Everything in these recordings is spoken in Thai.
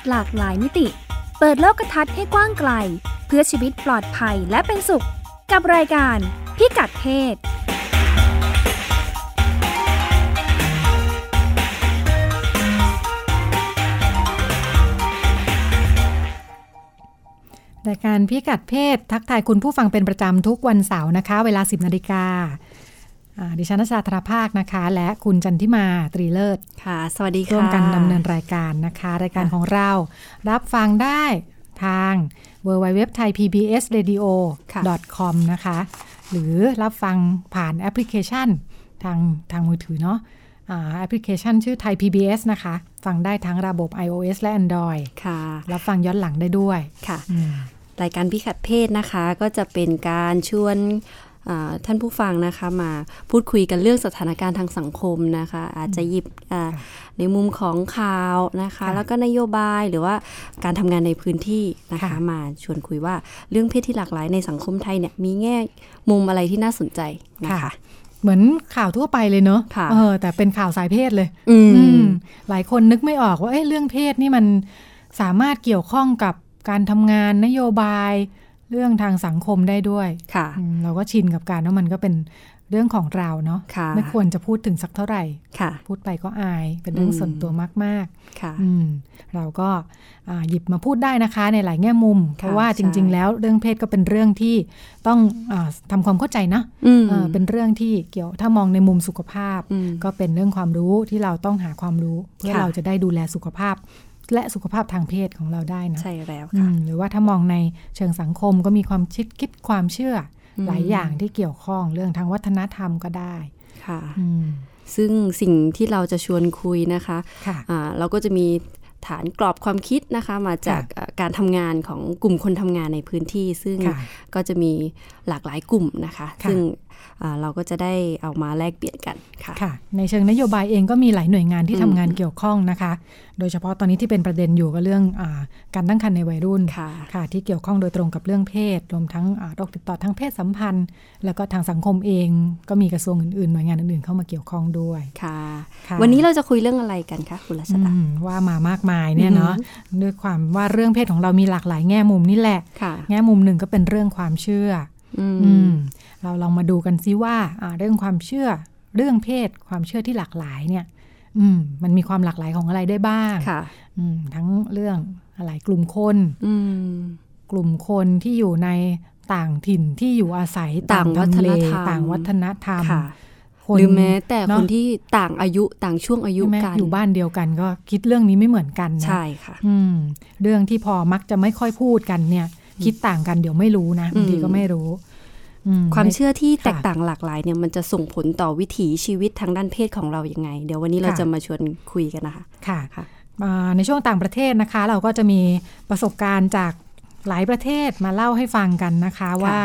หลากหลายมิติเปิดโลกทัศน์ให้กว้างไกลเพื่อชีวิตปลอดภัยและเป็นสุขกับรายการพิกัดเพศรายการพิกัดเพศทักทายคุณผู้ฟังเป็นประจำทุกวันเสาร์นะคะเวลา 10:00 น.ดิฉันณชาธราภาคนะคะและคุณจันทิมาตรีเลิศค่ะสวัสดีค่ะร่วมกันดำเนินรายการนะคะรายการของเรารับฟังได้ทาง www.thaipbsradio.com นะคะหรือรับฟังผ่านแอปพลิเคชันทางมือถือเนาะแอปพลิเคชันชื่อ Thai PBS นะคะฟังได้ทั้งระบบ iOS และ Android ค่ะรับฟังย้อนหลังได้ด้วยค่ะรายการพิกัดเพศนะคะก็จะเป็นการชวนท่านผู้ฟังนะคะมาพูดคุยกันเรื่องสถานการณ์ทางสังคมนะคะอาจจะหยิบในมุมของข่าวนะคะแล้วก็นโยบายหรือว่าการทำงานในพื้นที่นะคะมาชวนคุยว่าเรื่องเพศที่หลากหลายในสังคมไทยเนี่ยมีแง่มุมอะไรที่น่าสนใจนะคะเหมือนข่าวทั่วไปเลยเนาะแต่เป็นข่าวสายเพศเลยหลายคนนึกไม่ออกว่าเรื่องเพศนี่มันสามารถเกี่ยวข้องกับการทำงานนโยบายเรื่องทางสังคมได้ด้วยเราก็ชินกับการว่ามันก็เป็นเรื่องของเราเนาะไม่ควรจะพูดถึงสักเท่าไหร่พูดไปก็อายเป็นเรื่องส่วนตัวมากๆเราก็หยิบมาพูดได้นะคะในหลายแง่มุมเพราะว่าจริงๆแล้วเรื่องเพศก็เป็นเรื่องที่ต้องทำความเข้าใจนะเป็นเรื่องที่เกี่ยวถ้ามองในมุมสุขภาพก็เป็นเรื่องความรู้ที่เราต้องหาความรู้เพื่อเราจะได้ดูแลสุขภาพและสุขภาพทางเพศของเราได้นะใช่แล้วค่ะหรือว่าถ้ามองในเชิงสังคมก็มีความคิดความเชื่อหลายอย่างที่เกี่ยวข้องเรื่องทางวัฒนธรรมก็ได้ค่ะซึ่งสิ่งที่เราจะชวนคุยนะคะเราก็จะมีฐานกรอบความคิดนะคะมาจากการทำงานของกลุ่มคนทำงานในพื้นที่ซึ่งก็จะมีหลากหลายกลุ่มนะคะซึ่งเราก็จะได้เอามาแลกเปลี่ยนกันค่ะในเชิงนโยบายเองก็มีหลายหน่วยงานที่ทำงานเกี่ยวข้องนะคะโดยเฉพาะตอนนี้ที่เป็นประเด็นอยู่ก็เรื่องการตั้งครรภ์ในวัยรุ่นค่ะที่เกี่ยวข้องโดยตรงกับเรื่องเพศรวมทั้งโรคติดต่อทางเพศสัมพันธ์แล้วก็ทางสังคมเองก็มีกระทรวงอื่นๆหน่วยงานอื่นๆเข้ามาเกี่ยวข้องด้วยค่ะวันนี้เราจะคุยเรื่องอะไรกันคะคุณรัชดาว่ามามากมายเนี่ยเนาะด้วยความว่าเรื่องเพศของเรามีหลากหลายแง่มุมนี่แหละแง่มุมหนึ่งก็เป็นเรื่องความเชื่อเราลองมาดูกันซิว่าเรื่องความเชื่อเรื่องเพศความเชื่อที่หลากหลายเนี่ยมันมีความหลากหลายของอะไรได้บ้างทั้งเรื่องอะไรกลุ่มคนที่อยู่ในต่างถิ่นที่อยู่อาศัยต่างวัฒนธรรมต่างวัฒนธรรมหรือแม้แต่คนที่ต่างอายุต่างช่วงอายุกันอยู่บ้านเดียวกันก็คิดเรื่องนี้ไม่เหมือนกันนะใช่ค่ะเรื่องที่พอมักจะไม่ค่อยพูดกันเนี่ยคิดต่างกันเดี๋ยวไม่รู้นะบางทีก็ไม่รู้ความเชื่อที่แตกต่างหลากหลายเนี่ยมันจะส่งผลต่อวิถีชีวิตทางด้านเพศของเรายังไงเดี๋ยววันนี้เราจะมาชวนคุยกันนะคะค่ะในช่วงต่างประเทศนะคะเราก็จะมีประสบการณ์จากหลายประเทศมาเล่าให้ฟังกันนะคะว่า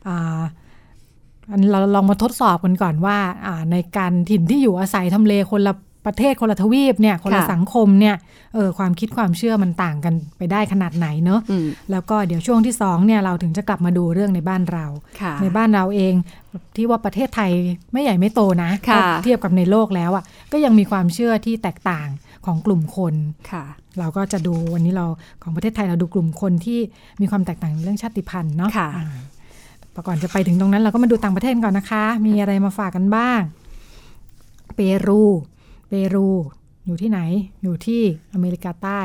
เราลองมาทดสอบกันก่อนว่าในการถิ่นที่อยู่อาศัยทำเลคนละประเทศคนละทวีปเนี่ยคนละสังคมเนี่ยความคิดความเชื่อมันต่างกันไปได้ขนาดไหนเนอะแล้วก็เดี๋ยวช่วงที่2เนี่ยเราถึงจะกลับมาดูเรื่องในบ้านเราในบ้านเราเองที่ว่าประเทศไทยไม่ใหญ่ไม่โตนะเทียบกับในโลกแล้วก็ยังมีความเชื่อที่แตกต่างของกลุ่มคนเราก็จะดูวันนี้เราของประเทศไทยเราดูกลุ่มคนที่มีความแตกต่างเรื่องชาติพันธุ์เนาะก่อนจะไปถึงตรงนั้นเราก็มาดูต่างประเทศก่อนนะคะมีอะไรมาฝากกันบ้างเปรูอยู่ที่ไหนอยู่ที่อเมริกาใต้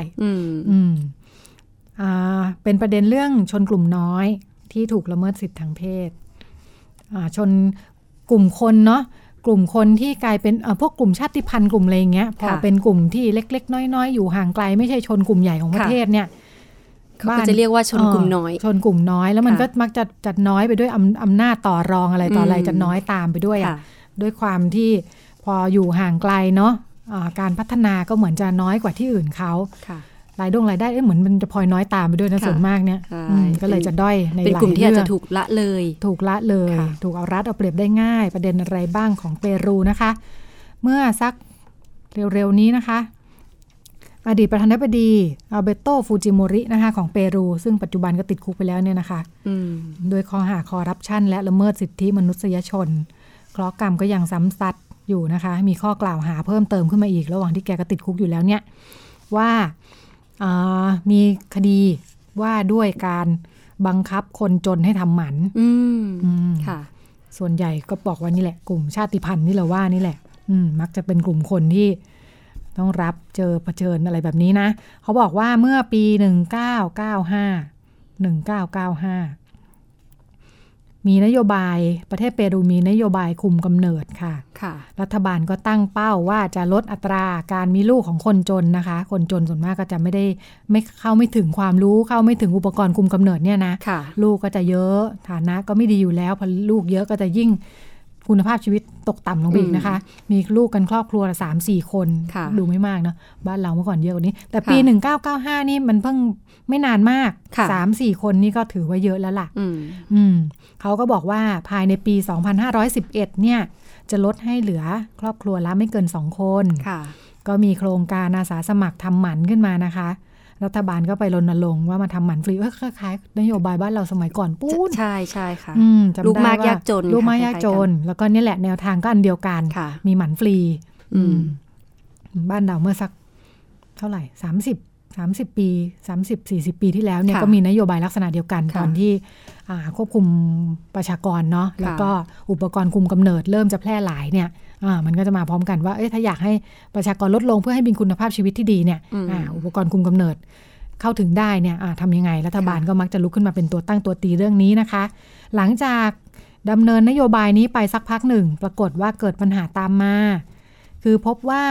เป็นประเด็นเรื่องชนกลุ่มน้อยที่ถูกละเมิดสิทธิทางเพศชนกลุ่มคนเนาะกลุ่มคนที่กลายเป็นพวกกลุ่มชาติพันธุ์กลุ่มอะไรอย่างเงี้ยพอเป็นกลุ่มที่เล็กๆน้อยๆอยู่ห่างไกลไม่ใช่ชนกลุ่มใหญ่ของประเทศเนี่ยเขาก็จะเรียกว่าชนกลุ่มน้อยชนกลุ่มน้อยแล้วมันก็มักจะจัดน้อยไปด้วยอำนาจต่อรองอะไรต่ออะไรจะน้อยตามไปด้วยด้วยความที่พออยู่ห่างไกลเนาะการพัฒนาก็เหมือนจะน้อยกว่าที่อื่นเขารายได้เหมือนมันจะพลอยน้อยตามไปด้วยนะส่วนมากเนี่ยก็เลยจะด้อยในหลายเป็นกลุ่มที่อาจจะถูกละเลยถูกเอารัดเอาเปรียบได้ง่ายประเด็นอะไรบ้างของเปรูนะคะเมื่อสักเร็วๆนี้นะคะอดีตประธานาธิบดีอัลเบโตฟูจิโมรินะคะของเปรูซึ่งปัจจุบันก็ติดคุกไปแล้วเนี่ยนะคะโดยข้อหาคอร์รัปชันและละเมิดสิทธิมนุษยชนเคราะห์กรรมก็ยังซ้ำซัดอยู่นะคะมีข้อกล่าวหาเพิ่มเติมขึ้นมาอีกระหว่างที่แกก็ติดคุกอยู่แล้วเนี่ยว่ามีคดีว่าด้วยการบังคับคนจนให้ทำหมันค่ะส่วนใหญ่ก็บอกว่านี่แหละกลุ่มชาติพันธุ์ที่เราว่านี่แหละมักจะเป็นกลุ่มคนที่ต้องรับเผชิญอะไรแบบนี้นะเขาบอกว่าเมื่อปี1995มีนโยบายประเทศเปรูมีนโยบายคุมกำเนิดค่ะรัฐบาลก็ตั้งเป้าว่าจะลดอัตราการมีลูกของคนจนนะคะคนจนส่วนมากก็จะไม่เข้าไม่ถึงความรู้เข้าไม่ถึงอุปกรณ์คุมกำเนิดเนี่ยนะลูกก็จะเยอะฐานะก็ไม่ดีอยู่แล้วพอลูกเยอะก็จะยิ่งคุณภาพชีวิตตกต่ำลงไปอีกนะคะมีลูกกันครอบครัวละ 3-4 คนดูไม่มากเนาะบ้านเราเมื่อก่อนเยอะกว่านี้แต่ปี1995นี่มันเพิ่งไม่นานมาก 3-4 คนนี่ก็ถือว่าเยอะแล้วล่ะเขาก็บอกว่าภายในปี2511เนี่ยจะลดให้เหลือครอบครัวละไม่เกิน2คนก็มีโครงการอาสาสมัครทำหมันขึ้นมานะคะรัฐบาลก็ไปรณรงค์ว่ามาทำหมันฟรีคล้ายๆนโยบายบ้านเราสมัยก่อนปู้นใช่ใช่ค่ะลูกมากยากจนลูกมากยากจนแล้วก็นี่แหละแนวทางก็อันเดียวกันมีหมันฟรีบ้านเราเมื่อสักเท่าไหร่30 ปี30-40 ปีที่แล้วเนี่ยก็มีนโยบายลักษณะเดียวกันตอนที่ควบคุมประชากรเนาะแล้วก็อุปกรณ์คุมกำเนิดเริ่มจะแพร่หลายเนี่ยมันก็จะมาพร้อมกันว่าถ้าอยากให้ประชากรลดลงเพื่อให้มีคุณภาพชีวิตที่ดีเนี่ยอุปกรณ์คุมกำเนิดเข้าถึงได้เนี่ยทำยังไงรัฐบาลก็มักจะลุกขึ้นมาเป็นตัวตั้งตัวตีเรื่องนี้นะคะหลังจากดำเนินนโยบายนี้ไปสักพักหนึ่งปรากฏว่าเกิดปัญหาตามมาคือพบว่า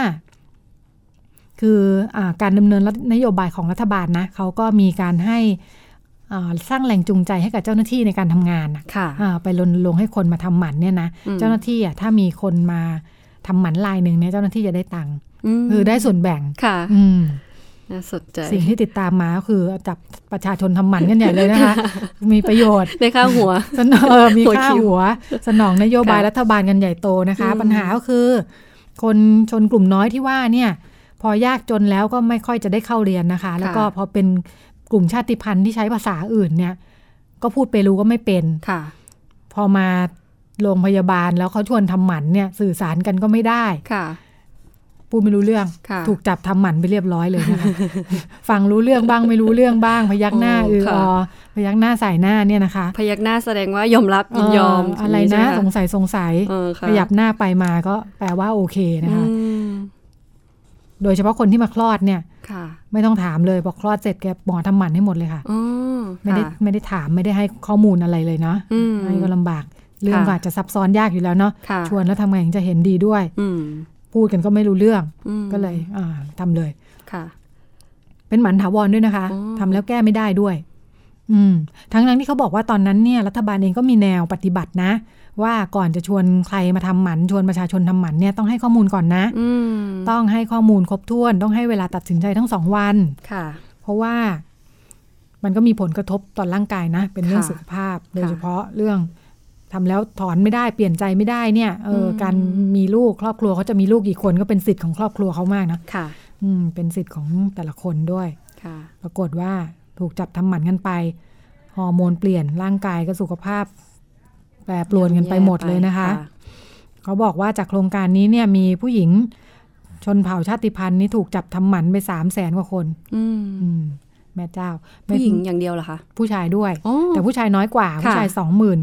การดำเนินนโยบายของรัฐบาลนะเขาก็มีการให้สร้างแรงจูงใจให้กับเจ้าหน้าที่ในการทำงานไปรณรงค์ให้คนมาทำหมันเนี่ยนะเจ้าหน้าที่ถ้ามีคนมาทำหมันรายหนึ่งเนี่ยเจ้าหน้าที่จะได้ตังค์คือได้ส่วนแบ่งน่าสนใจสิ่งที่ติดตามมาก็คือจับประชาชนทำหมันกันใหญ่เลยนะคะมีประโยชน์ได้ค่าหัวมีค่าหัวสนองนโยบายรัฐบาลกันใหญ่โตนะคะปัญหาก็คือคนชนกลุ่มน้อยที่ว่าเนี่ยพอยากจนแล้วก็ไม่ค่อยจะได้เข้าเรียนนะคะแล้วก็พอเป็นกลุ่มชาติพันธุ์ที่ใช้ภาษาอื่นเนี่ยก็พูดเปรูก็ไม่เป็นพอมาโรงพยาบาลแล้วเขาชวนทำหมันเนี่ยสื่อสารกันก็ไม่ได้พูดไม่รู้เรื่องถูกจับทำหมันไปเรียบร้อยเลยนะคะ ฟังรู้เรื่องบ้างไม่รู้เรื่องบ้างพยักหน้าพยักหน้าใส่หน้าเนี่ยนะคะพยักหน้าแสดงว่ายอมรับยินยอมอะไรนะสงสัยขยับหน้าไปมาก็แปลว่าโอเคนะคะโดยเฉพาะคนที่มาคลอดเนี่ยไม่ต้องถามเลยพอคลอดเสร็จแกหมอทำหมันให้หมดเลยค่ะไม่ได้ถามไม่ได้ให้ข้อมูลอะไรเลยเนาะนี่ก็ลำบากเรื่องอาจจะซับซ้อนยากอยู่แล้วเนาะชวนแล้วทำไงถึงจะเห็นดีด้วยพูดกันก็ไม่รู้เรื่องก็เลยทำเลยเป็นหมันถาวรด้วยนะคะทำแล้วแก้ไม่ได้ด้วยทั้งที่เขาบอกว่าตอนนั้นเนี่ยรัฐบาลเองก็มีแนวปฏิบัตินะว่าก่อนจะชวนใครมาทำหมันชวนประชาชนทำหมันเนี่ยต้องให้ข้อมูลก่อนนะต้องให้ข้อมูลครบถ้วนต้องให้เวลาตัดสินใจทั้ง2 วันเพราะว่ามันก็มีผลกระทบต่อร่างกายนะเป็นเรื่องสุขภาพโดยเฉพาะเรื่องทำแล้วถอนไม่ได้เปลี่ยนใจไม่ได้เนี่ยการมีลูกครอบครัวเขาจะมีลูกกี่คนก็เป็นสิทธิ์ของครอบครัวเขามากนะเป็นสิทธิ์ของแต่ละคนด้วยปรากฏว่าถูกจับทำหมันกันไปฮอร์โมนเปลี่ยนร่างกายก็สุขภาพแปรปรวนกันไปหมดเลยนะคะเขาบอกว่าจากโครงการนี้เนี่ยมีผู้หญิงชนเผ่าชาติพันธุ์นี้ถูกจับทำหมันไป300,000 กว่าคนแม่เจ้าผู้หญิงอย่างเดียวเหรอคะผู้ชายด้วยแต่ผู้ชายน้อยกว่าผู้ชาย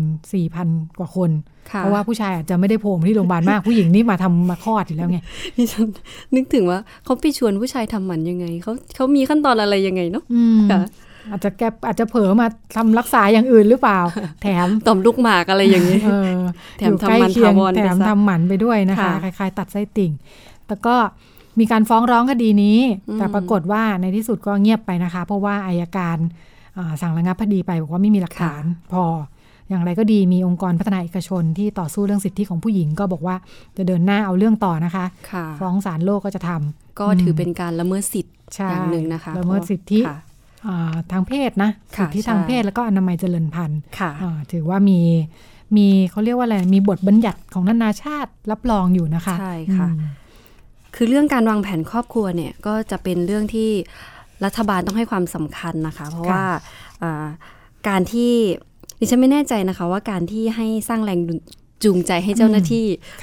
24,000 กว่าคนเพราะว่าผู้ชายอาจจะไม่ได้โผล่ที่โรงพยาบาลมากผู้หญิงนี่มาคลอดอยู่แล้วไงนี่ฉันนึกถึงว่าเขาไปชวนผู้ชายทำหมันยังไงเขามีขั้นตอนอะไรยังไงเนาะอาจจะเผลอมาทำรักษาอย่างอื่นหรือเปล่าแถมต่อมลูกหมากอะไรอย่างนี้แถมทำหมันแถมทำหมันไปด้วยนะคะคล้ายๆตัดไส้ติ่งแต่ก็มีการฟ้องร้องคดีนี้แต่ปรากฏว่าในที่สุดก็เงียบไปนะคะเพราะว่าอัยการสั่งระงับคดีไปบอกว่าไม่มีหลักฐานพออย่างไรก็ดีมีองค์กรพัฒนาเอกชนที่ต่อสู้เรื่องสิทธิของผู้หญิงก็บอกว่าจะเดินหน้าเอาเรื่องต่อนะคะฟ้องศาลโลกก็จะทำก็ถือเป็นการละเมิดสิทธิ์อย่างหนึ่งนะคะละเมิดสิทธิทางเพศนะสิทธิทางเพศแล้วก็อนามัยเจริญพันธุ์ถือว่ามีเขาเรียกว่าอะไรมีบทบัญญัติของนานาชาติรับรองอยู่นะคะใช่ค่ะคือเรื่องการวางแผนครอบครัวเนี่ยก็จะเป็นเรื่องที่รัฐบาลต้องให้ความสำคัญนะคะเพราะว่าการที่ดิฉันไม่แน่ใจนะคะว่าการที่ให้สร้างแรงจูงใจให้เจ้าหน้าที่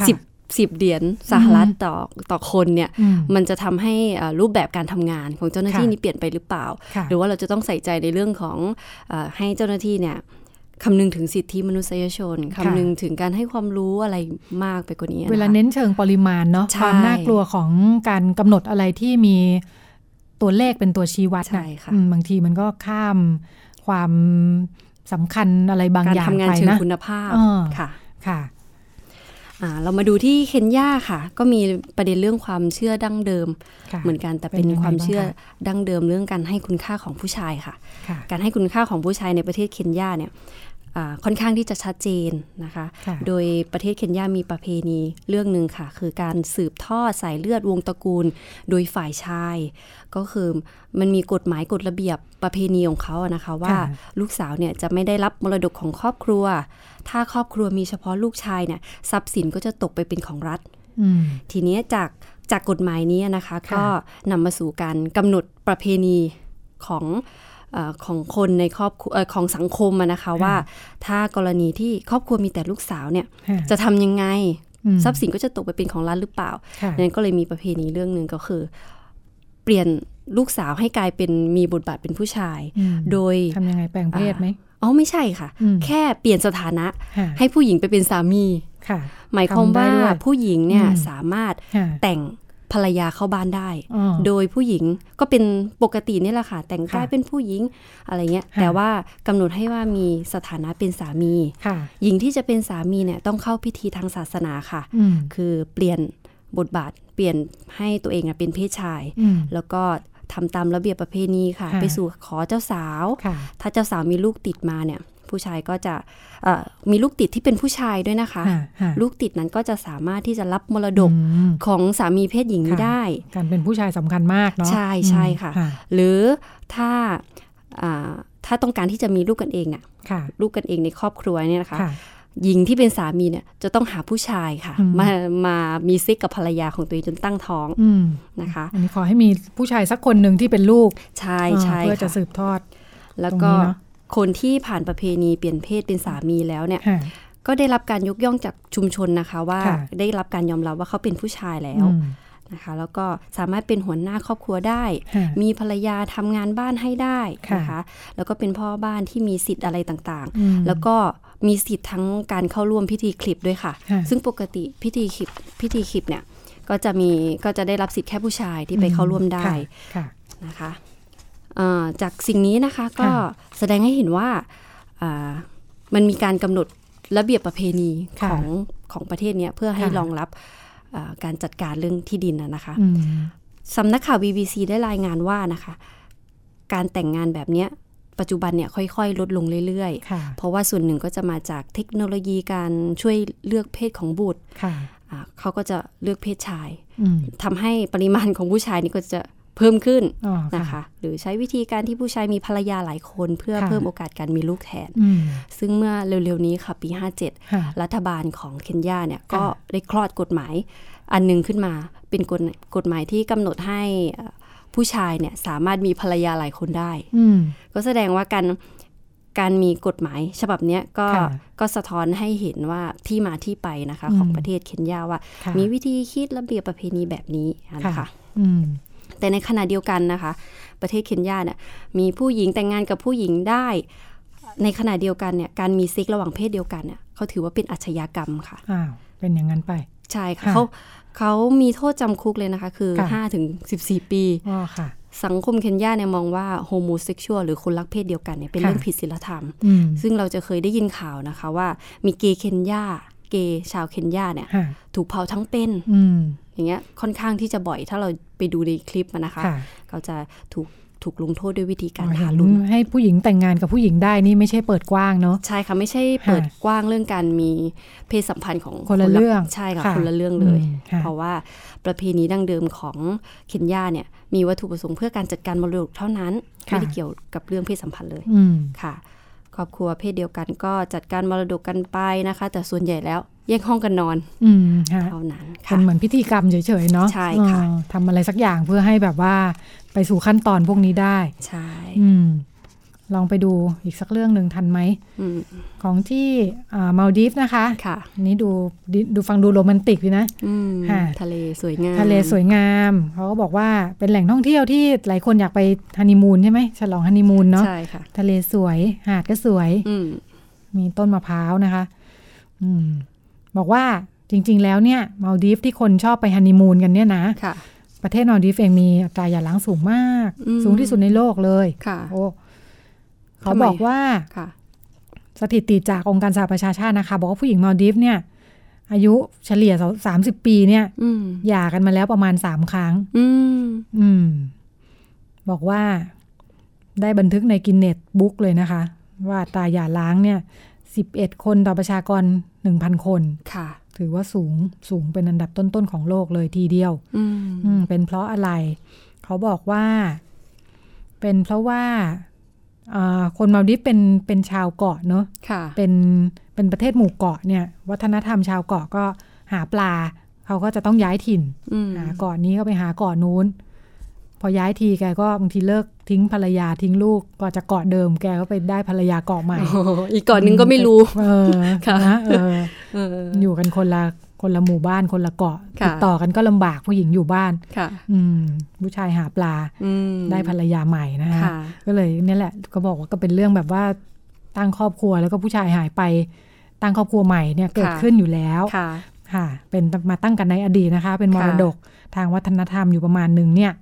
10 เหรียญสหรัฐต่อคนเนี่ยมันจะทำให้รูปแบบการทำงานของเจ้าหน้าที่นี้เปลี่ยนไปหรือเปล่าหรือว่าเราจะต้องใส่ใจในเรื่องของให้เจ้าหน้าที่เนี่ยคำนึงถึงสิทธิมนุษยชนคำนึงถึงการให้ความรู้อะไรมากไปกว่านี้เวลาเน้นเชิงปริมาณเนาะความน่ากลัวของการกำหนดอะไรที่มีตัวเลขเป็นตัวชี้วัดนะบางทีมันก็ข้ามความสำคัญอะไรบางอย่างไปนะการทำงานเชิงคุณภาพค่ะเรามาดูที่เคนยาค่ะก็มีประเด็นเรื่องความเชื่อดั้งเดิมเหมือนกันแต่เป็นความเชื่อดั้งเดิมเรื่องการให้คุณค่าของผู้ชายค่ะการให้คุณค่าของผู้ชายในประเทศเคนยาเนี่ยค่อนข้างที่จะชัดเจนนะคะโดยประเทศเคนยามีประเพณีเรื่องนึงค่ะคือการสืบทอดสายเลือดวงตระกูลโดยฝ่ายชายก็คือมันมีกฎหมายกฎระเบียบประเพณีของเขานะคะว่าลูกสาวเนี่ยจะไม่ได้รับมรดกของครอบครัวถ้าครอบครัวมีเฉพาะลูกชายเนี่ยทรัพย์สินก็จะตกไปเป็นของรัฐทีนี้จากกฎหมายนี้นะคะก็นำมาสู่การกำหนดประเพณีของคนในครอบครัวของสังคมนะคะว่าถ้ากรณีที่ครอบครัวมีแต่ลูกสาวเนี่ยจะทำยังไงทรัพย์สินก็จะตกไปเป็นของรัฐหรือเปล่าดังนั้นก็เลยมีประเพณีเรื่องนึงก็คือเปลี่ยนลูกสาวให้กลายเป็นมีบทบาทเป็นผู้ชายโดยทำยังไงแปลงเพศไหมไม่ใช่ค่ะแค่เปลี่ยนสถานะให้ผู้หญิงไปเป็นสามีหมายความว่าผู้หญิงเนี่ยสามารถแต่งภรรยาเข้าบ้านได้โดยผู้หญิงก็เป็นปกตินี่แหละค่ะแต่งกายเป็นผู้หญิงอะไรเงี้ยแต่ว่ากำหนดให้ว่ามีสถานะเป็นสามีหญิงที่จะเป็นสามีเนี่ยต้องเข้าพิธีทางศาสนาค่ะคือเปลี่ยนบทบาทเปลี่ยนให้ตัวเองเป็นเพศชายแล้วก็ทำตามระเบียบประเพณีค่ะไปสู่ขอเจ้าสาวถ้าเจ้าสาวมีลูกติดมาเนี่ยผู้ชายก็จะมีลูกติดที่เป็นผู้ชายด้วยนะคะลูกติดนั้นก็จะสามารถที่จะรับมรดกของสามีเพศหญิงนี้ได้การเป็นผู้ชายสำคัญมากเนาะใช่ใช่ค่ะหรือถ้าต้องการที่จะมีลูกกันเองเนี่ยลูกกันเองในครอบครัวเนี่ยนะคะหญิงที่เป็นสามีเนี่ยจะต้องหาผู้ชายค่ะมามีเซ็กกับภรรยาของตัวเองจนตั้งท้องนะคะอันนี้ขอให้มีผู้ชายสักคนหนึ่งที่เป็นลูกใช่ใช่เพื่อจะสืบทอดแล้วก็คนที่ผ่านประเพณีเปลี่ยนเพศเป็นสามีแล้วเนี่ยก็ได้รับการยกย่องจากชุมชนนะคะว่าได้รับการยอมรับว่าเขาเป็นผู้ชายแล้วนะคะแล้วก็สามารถเป็นหัวหน้าครอบครัวได้มีภรรยาทำงานบ้านให้ได้นะคะแล้วก็เป็นพ่อบ้านที่มีสิทธิ์อะไรต่างๆแล้วก็มีสิทธิ์ทั้งการเข้าร่วมพิธีคลิปด้วยค่ะซึ่งปกติพิธีคลิปเนี่ยก็จะได้รับสิทธิ์แค่ผู้ชายที่ไปเข้าร่วมได้นะคะจากสิ่งนี้นะคะก็แสดงให้เห็นว่ามันมีการกำหนดระเบียบประเพณีของประเทศนี้เพื่อให้รองรับการจัดการเรื่องที่ดินนะคะสำนักข่าว BBC ได้รายงานว่านะคะการแต่งงานแบบนี้ปัจจุบันเนี่ยค่อยๆลดลงเรื่อยๆเพราะว่าส่วนหนึ่งก็จะมาจากเทคโนโลยีการช่วยเลือกเพศของบุตรเขาก็จะเลือกเพศชายทำให้ปริมาณของผู้ชายนี่ก็จะเพิ่มขึ้นนะคะหรือใช้วิธีการที่ผู้ชายมีภรรยาหลายคนเพื่อเพิ่มโอกาสการมีลูกแทนซึ่งเมื่อเร็วๆนี้ค่ะปี57รัฐบาลของเคนยาเนี่ยก็ได้คลอดกฎหมายอันนึงขึ้นมาเป็นกฎหมายที่กำหนดให้ผู้ชายเนี่ยสามารถมีภรรยาหลายคนได้ก็แสดงว่าการมีกฎหมายฉบับนี้ก็สะท้อนให้เห็นว่าที่มาที่ไปนะคะของประเทศเคนยาว่ามีวิธีคิดระเบียบประเพณีแบบนี้นะคะแต่ในขณะเดียวกันนะคะประเทศเคนยาเนี่ยมีผู้หญิงแต่งงานกับผู้หญิงได้ในขณะเดียวกันเนี่ยการมีเซ็กระหว่างเพศเดียวกันเนี่ยเขาถือว่าเป็นอาชญากรรมค่ะเป็นอย่างนั้นไปใช่ค่ะเขามีโทษจำคุกเลยนะคะคือ 5-14 ปีสังคมเคนยาเนี่ยมองว่าโฮโมเซ็กชวลหรือคนรักเพศเดียวกันเนี่ยเป็นเรื่องผิดศีลธรรมซึ่งเราจะเคยได้ยินข่าวนะคะว่ามีเกย์เคนยาเกย์ชาวเคนยาเนี่ยถูกเผาทั้งเป็นอย่างเงี้ยค่อนข้างที่จะบ่อยถ้าเราไปดูในคลิปนะคะเขาจะถูกลงโทษด้วยวิธีการทารุณให้ผู้หญิงแต่งงานกับผู้หญิงได้นี่ไม่ใช่เปิดกว้างเนาะใช่ค่ะไม่ใช่เปิดกว้างเรื่องการมีเพศสัมพันธ์ของคนละเรื่องใช่ค่ะคนละเรื่องเลยเพราะว่าประเพณีดั้งเดิมของเคนยาเนี่ยมีวัตถุประสงค์เพื่อการจัดการมรดกเท่านั้นไม่ได้เกี่ยวกับเรื่องเพศสัมพันธ์เลยค่ะครอบครัวเพศเดียวกันก็จัดการมรดกกันไปนะคะแต่ส่วนใหญ่แล้วแยกห้องกันนอนเท่านั้นค่ะเป็นเหมือนพิธีกรรมเฉยๆเนาะใช่ค่ะทำอะไรสักอย่างเพื่อให้แบบว่าไปสู่ขั้นตอนพวกนี้ได้ใช่ลองไปดูอีกสักเรื่องหนึ่งทันไหมของที่มัลดีฟนะคะนี่ดูฟังดูโรแมนติกดีนะทะเลสวยงามเขาก็บอกว่าเป็นแหล่งท่องเที่ยวที่หลายคนอยากไปฮันนีมูนใช่ไหมฉลองฮันนีมูนเนาะใช่ค่ะทะเลสวยหาดก็สวยมีต้นมะพร้าวนะคะบอกว่าจริงๆแล้วเนี่ยมัลดีฟที่คนชอบไปฮันนีมูนกันเนี่ยนะประเทศมัลดีฟเองมีอัตราหย่าร้างสูงมากสูงที่สุดในโลกเลยโอ้เขาบอกว่าสถิติจากองค์การสหประชาชาตินะคะบอกว่าผู้หญิงมัลดีฟเนี่ยอายุเฉลี่ย30 ปีเนี่ยหย่ากันมาแล้วประมาณ3 ครั้งบอกว่าได้บันทึกในกินเนสบุ๊กเลยนะคะว่าอัตราหย่าร้างเนี่ย11 คนต่อประชากร 1,000 คนถือว่าสูงเป็นอันดับต้นๆของโลกเลยทีเดียวเป็นเพราะอะไรเขาบอกว่าเป็นเพราะว่าคนมัลดีฟเป็นชาวเกาะเนอะเป็นประเทศหมู่เกาะเนี่ยวัฒนธรรมชาวเกาะก็หาปลาเขาก็จะต้องย้ายถิ่นหาเกาะนี้ก็ไปหาเกาะนู้นพอย้ายทีแกก็บางทีเลิกทิ้งภรรยาทิ้งลูกก็จะเกาะเดิมแกก็ไปได้ภรรยาเกาะใหม่อีกเกาะนึงก็ไม่รู้อยู่กันคนละหมู่บ้านคนละเกาะติดต่อกันก็ลำบากผู้หญิงอยู่บ้านผู้ชายหาปลาได้ภรรยาใหม่นะคะก็เลยนี่แหละก็บอกว่าก็เป็นเรื่องแบบว่าตั้งครอบครัวแล้วก็ผู้ชายหายไปตั้งครอบครัวใหม่เนี่ยเกิดขึ้นอยู่แล้วค่ะเป็นมาตั้งกันในอดีตนะคะเป็นมรดกทางวัฒนธรรมอยู่ประมาณนึงเนี่ย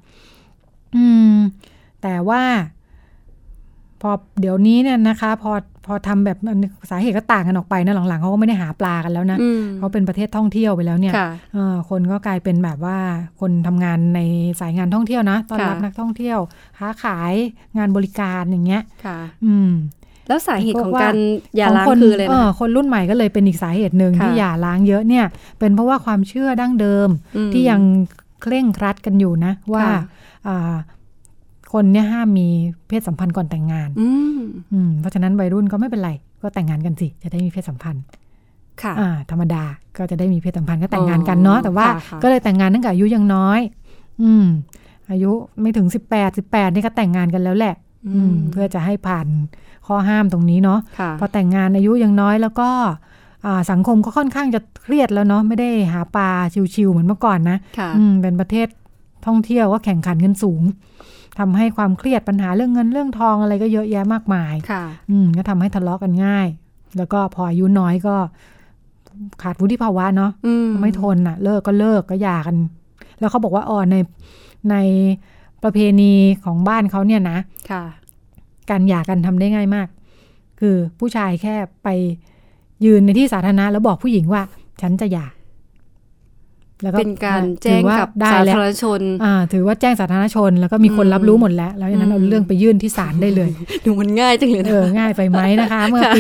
แต่ว่าพอเดี๋ยวนี้เนี่ยนะคะพอทำแบบสาเหตุก็ต่างกันออกไปนะหลังๆเขาก็ไม่ได้หาปลากันแล้วนะเขาเป็นประเทศท่องเที่ยวไปแล้วเนี่ยคนก็กลายเป็นแบบว่าคนทำงานในสายงานท่องเที่ยวนะต้อนรับนักท่องเที่ยวค้าขายงานบริการอย่างเงี้ยแล้วสาเหตุของการหย่าร้างคืออะไรนะคนรุ่นใหม่ก็เลยเป็นอีกสาเหตุหนึ่งที่หย่าร้างเยอะเนี่ยเป็นเพราะว่าความเชื่อดั้งเดิมที่ยังเคร่งครัดกันอยู่นะว่าคนเนี่ยห้ามมีเพศสัมพันธ์ก่อนแต่งงานเพราะฉะนั้นวัยรุ่นก็ไม่เป็นไรก็แต่งงานกันสิจะได้มีเพศสัมพันธ์ธรรมดาก็จะได้มีเพศสัมพันธ์ก็แต่งงานกันเนาะแต่ว่าก็เลยแต่งงานตั้งแต่อายุยังน้อยอายุไม่ถึง18นี่ก็แต่งงานกันแล้วแหละเพื่อจะให้ผ่านข้อห้ามตรงนี้เนาะพอแต่งงานอายุยังน้อยแล้วก็สังคมก็ค่อนข้างจะเครียดแล้วเนาะไม่ได้หาปลาชิวๆเหมือนเมื่อก่อนนะเป็นประเทศท่องเที่ยวก็แข่งขันกันสูงทำให้ความเครียดปัญหาเรื่องเงินเรื่องทองอะไรก็เยอะแยะมากมายก็ทำให้ทะเลาะกันง่ายแล้วก็พออายุน้อยก็ขาดวุฒิภาวะเนาะไม่ทนเลิกก็หย่ากันแล้วเขาบอกว่าในประเพณีของบ้านเขาเนี่ยนะการหย่ากันทำได้ง่ายมากคือผู้ชายแค่ไปยืนในที่สาธารณะแล้วบอกผู้หญิงว่าฉันจะหย่าแล้วก็เป็นการแจ้งกับสาธารณชนถือว่าแจ้งสาธารณชนแล้วก็มีคนรับรู้หมดแล้วฉะนั้นเอาเรื่องไปยื่นที่ศาลได้เลยดูมันง่ายจังเลยง่ายไปไหมนะคะเมื่อปี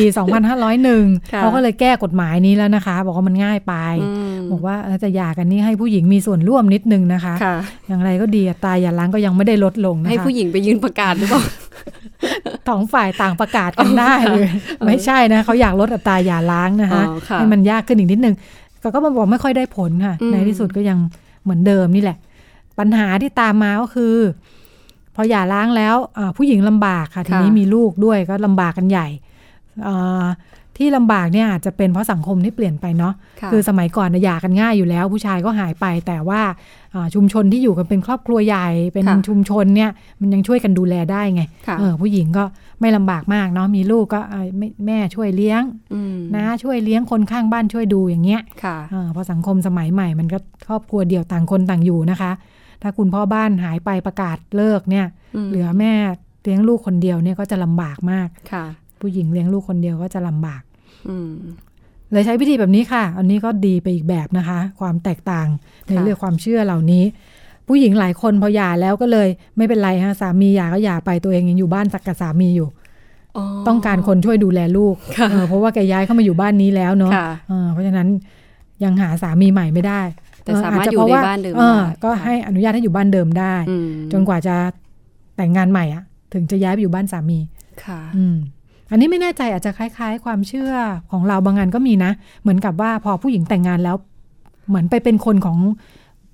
2501เขาก็เลยแก้กฎหมายนี้แล้วนะคะบอกว่ามันง่ายไปบอกว่าจะหย่ากันนี่ให้ผู้หญิงมีส่วนร่วมนิดนึงนะคะอย่างไรก็ดีอัตราหย่าร้างก็ยังไม่ได้ลดลงนะคะให้ผู้หญิงไปยื่นประกาศหรือเปล่าท้องฝ่ายต่างประกาศกันได้เลยไม่ใช่นะเขาอยากลดอัตราหย่าร้างนะคะให้มันยากขึ้นอีกนิดนึงก็มาบอกไม่ค่อยได้ผลค่ะในที่สุดก็ยังเหมือนเดิมนี่แหละปัญหาที่ตามมาก็คือพอหย่าร้างแล้วผู้หญิงลำบากค่ะทีนี้มีลูกด้วยก็ลำบากกันใหญ่ที่ลำบากเนี่ยอาจจะเป็นเพราะสังคมที่เปลี่ยนไปเนาะคือสมัยก่อนหย่ากันง่ายอยู่แล้วผู้ชายก็หายไปแต่ว่าชุมชนที่อยู่กันเป็นครอบครัวใหญ่เป็นชุมชนเนี่ยมันยังช่วยกันดูแลได้ไงผู้หญิงก็ไม่ลำบากมากเนาะมีลูกก็แม่ช่วยเลี้ยงนะช่วยเลี้ยงคนข้างบ้านช่วยดูอย่างเงี้ยพอสังคมสมัยใหม่มันก็ครอบครัวเดี่ยวต่างคนต่างอยู่นะคะถ้าคุณพ่อบ้านหายไปประกาศเลิกเนี่ยเหลือแม่เลี้ยงลูกคนเดียวเนี่ยก็จะลำบากมากผู้หญิงเลี้ยงลูกคนเดียวก็จะลำบากเลยใช้วิธีแบบนี้ค่ะอันนี้ก็ดีไปอีกแบบนะคะความแตกต่างในเรื่องความเชื่อเหล่านี้ผู้หญิงหลายคนพอหย่าแล้วก็เลยไม่เป็นไรฮะสามีหย่าก็หย่าไปตัวเองยังอยู่บ้านสักกับสามีอยู่ต้องการคนช่วยดูแลลูกเพราะว่าแกย้ายเข้ามาอยู่บ้านนี้แล้วเนาะเพราะฉะนั้นยังหาสามีใหม่ไม่ได้แต่สามารถอยู่ในบ้านเดิมก็ให้อนุญาตให้อยู่บ้านเดิมได้จนกว่าจะแต่งงานใหม่อ่ะถึงจะย้ายไปอยู่บ้านสามีค่ะอันนี้ไม่แน่ใจอาจจะคล้ายๆความเชื่อของเราบางงานก็มีนะเหมือนกับว่าพอผู้หญิงแต่งงานแล้วเหมือนไปเป็นคนของ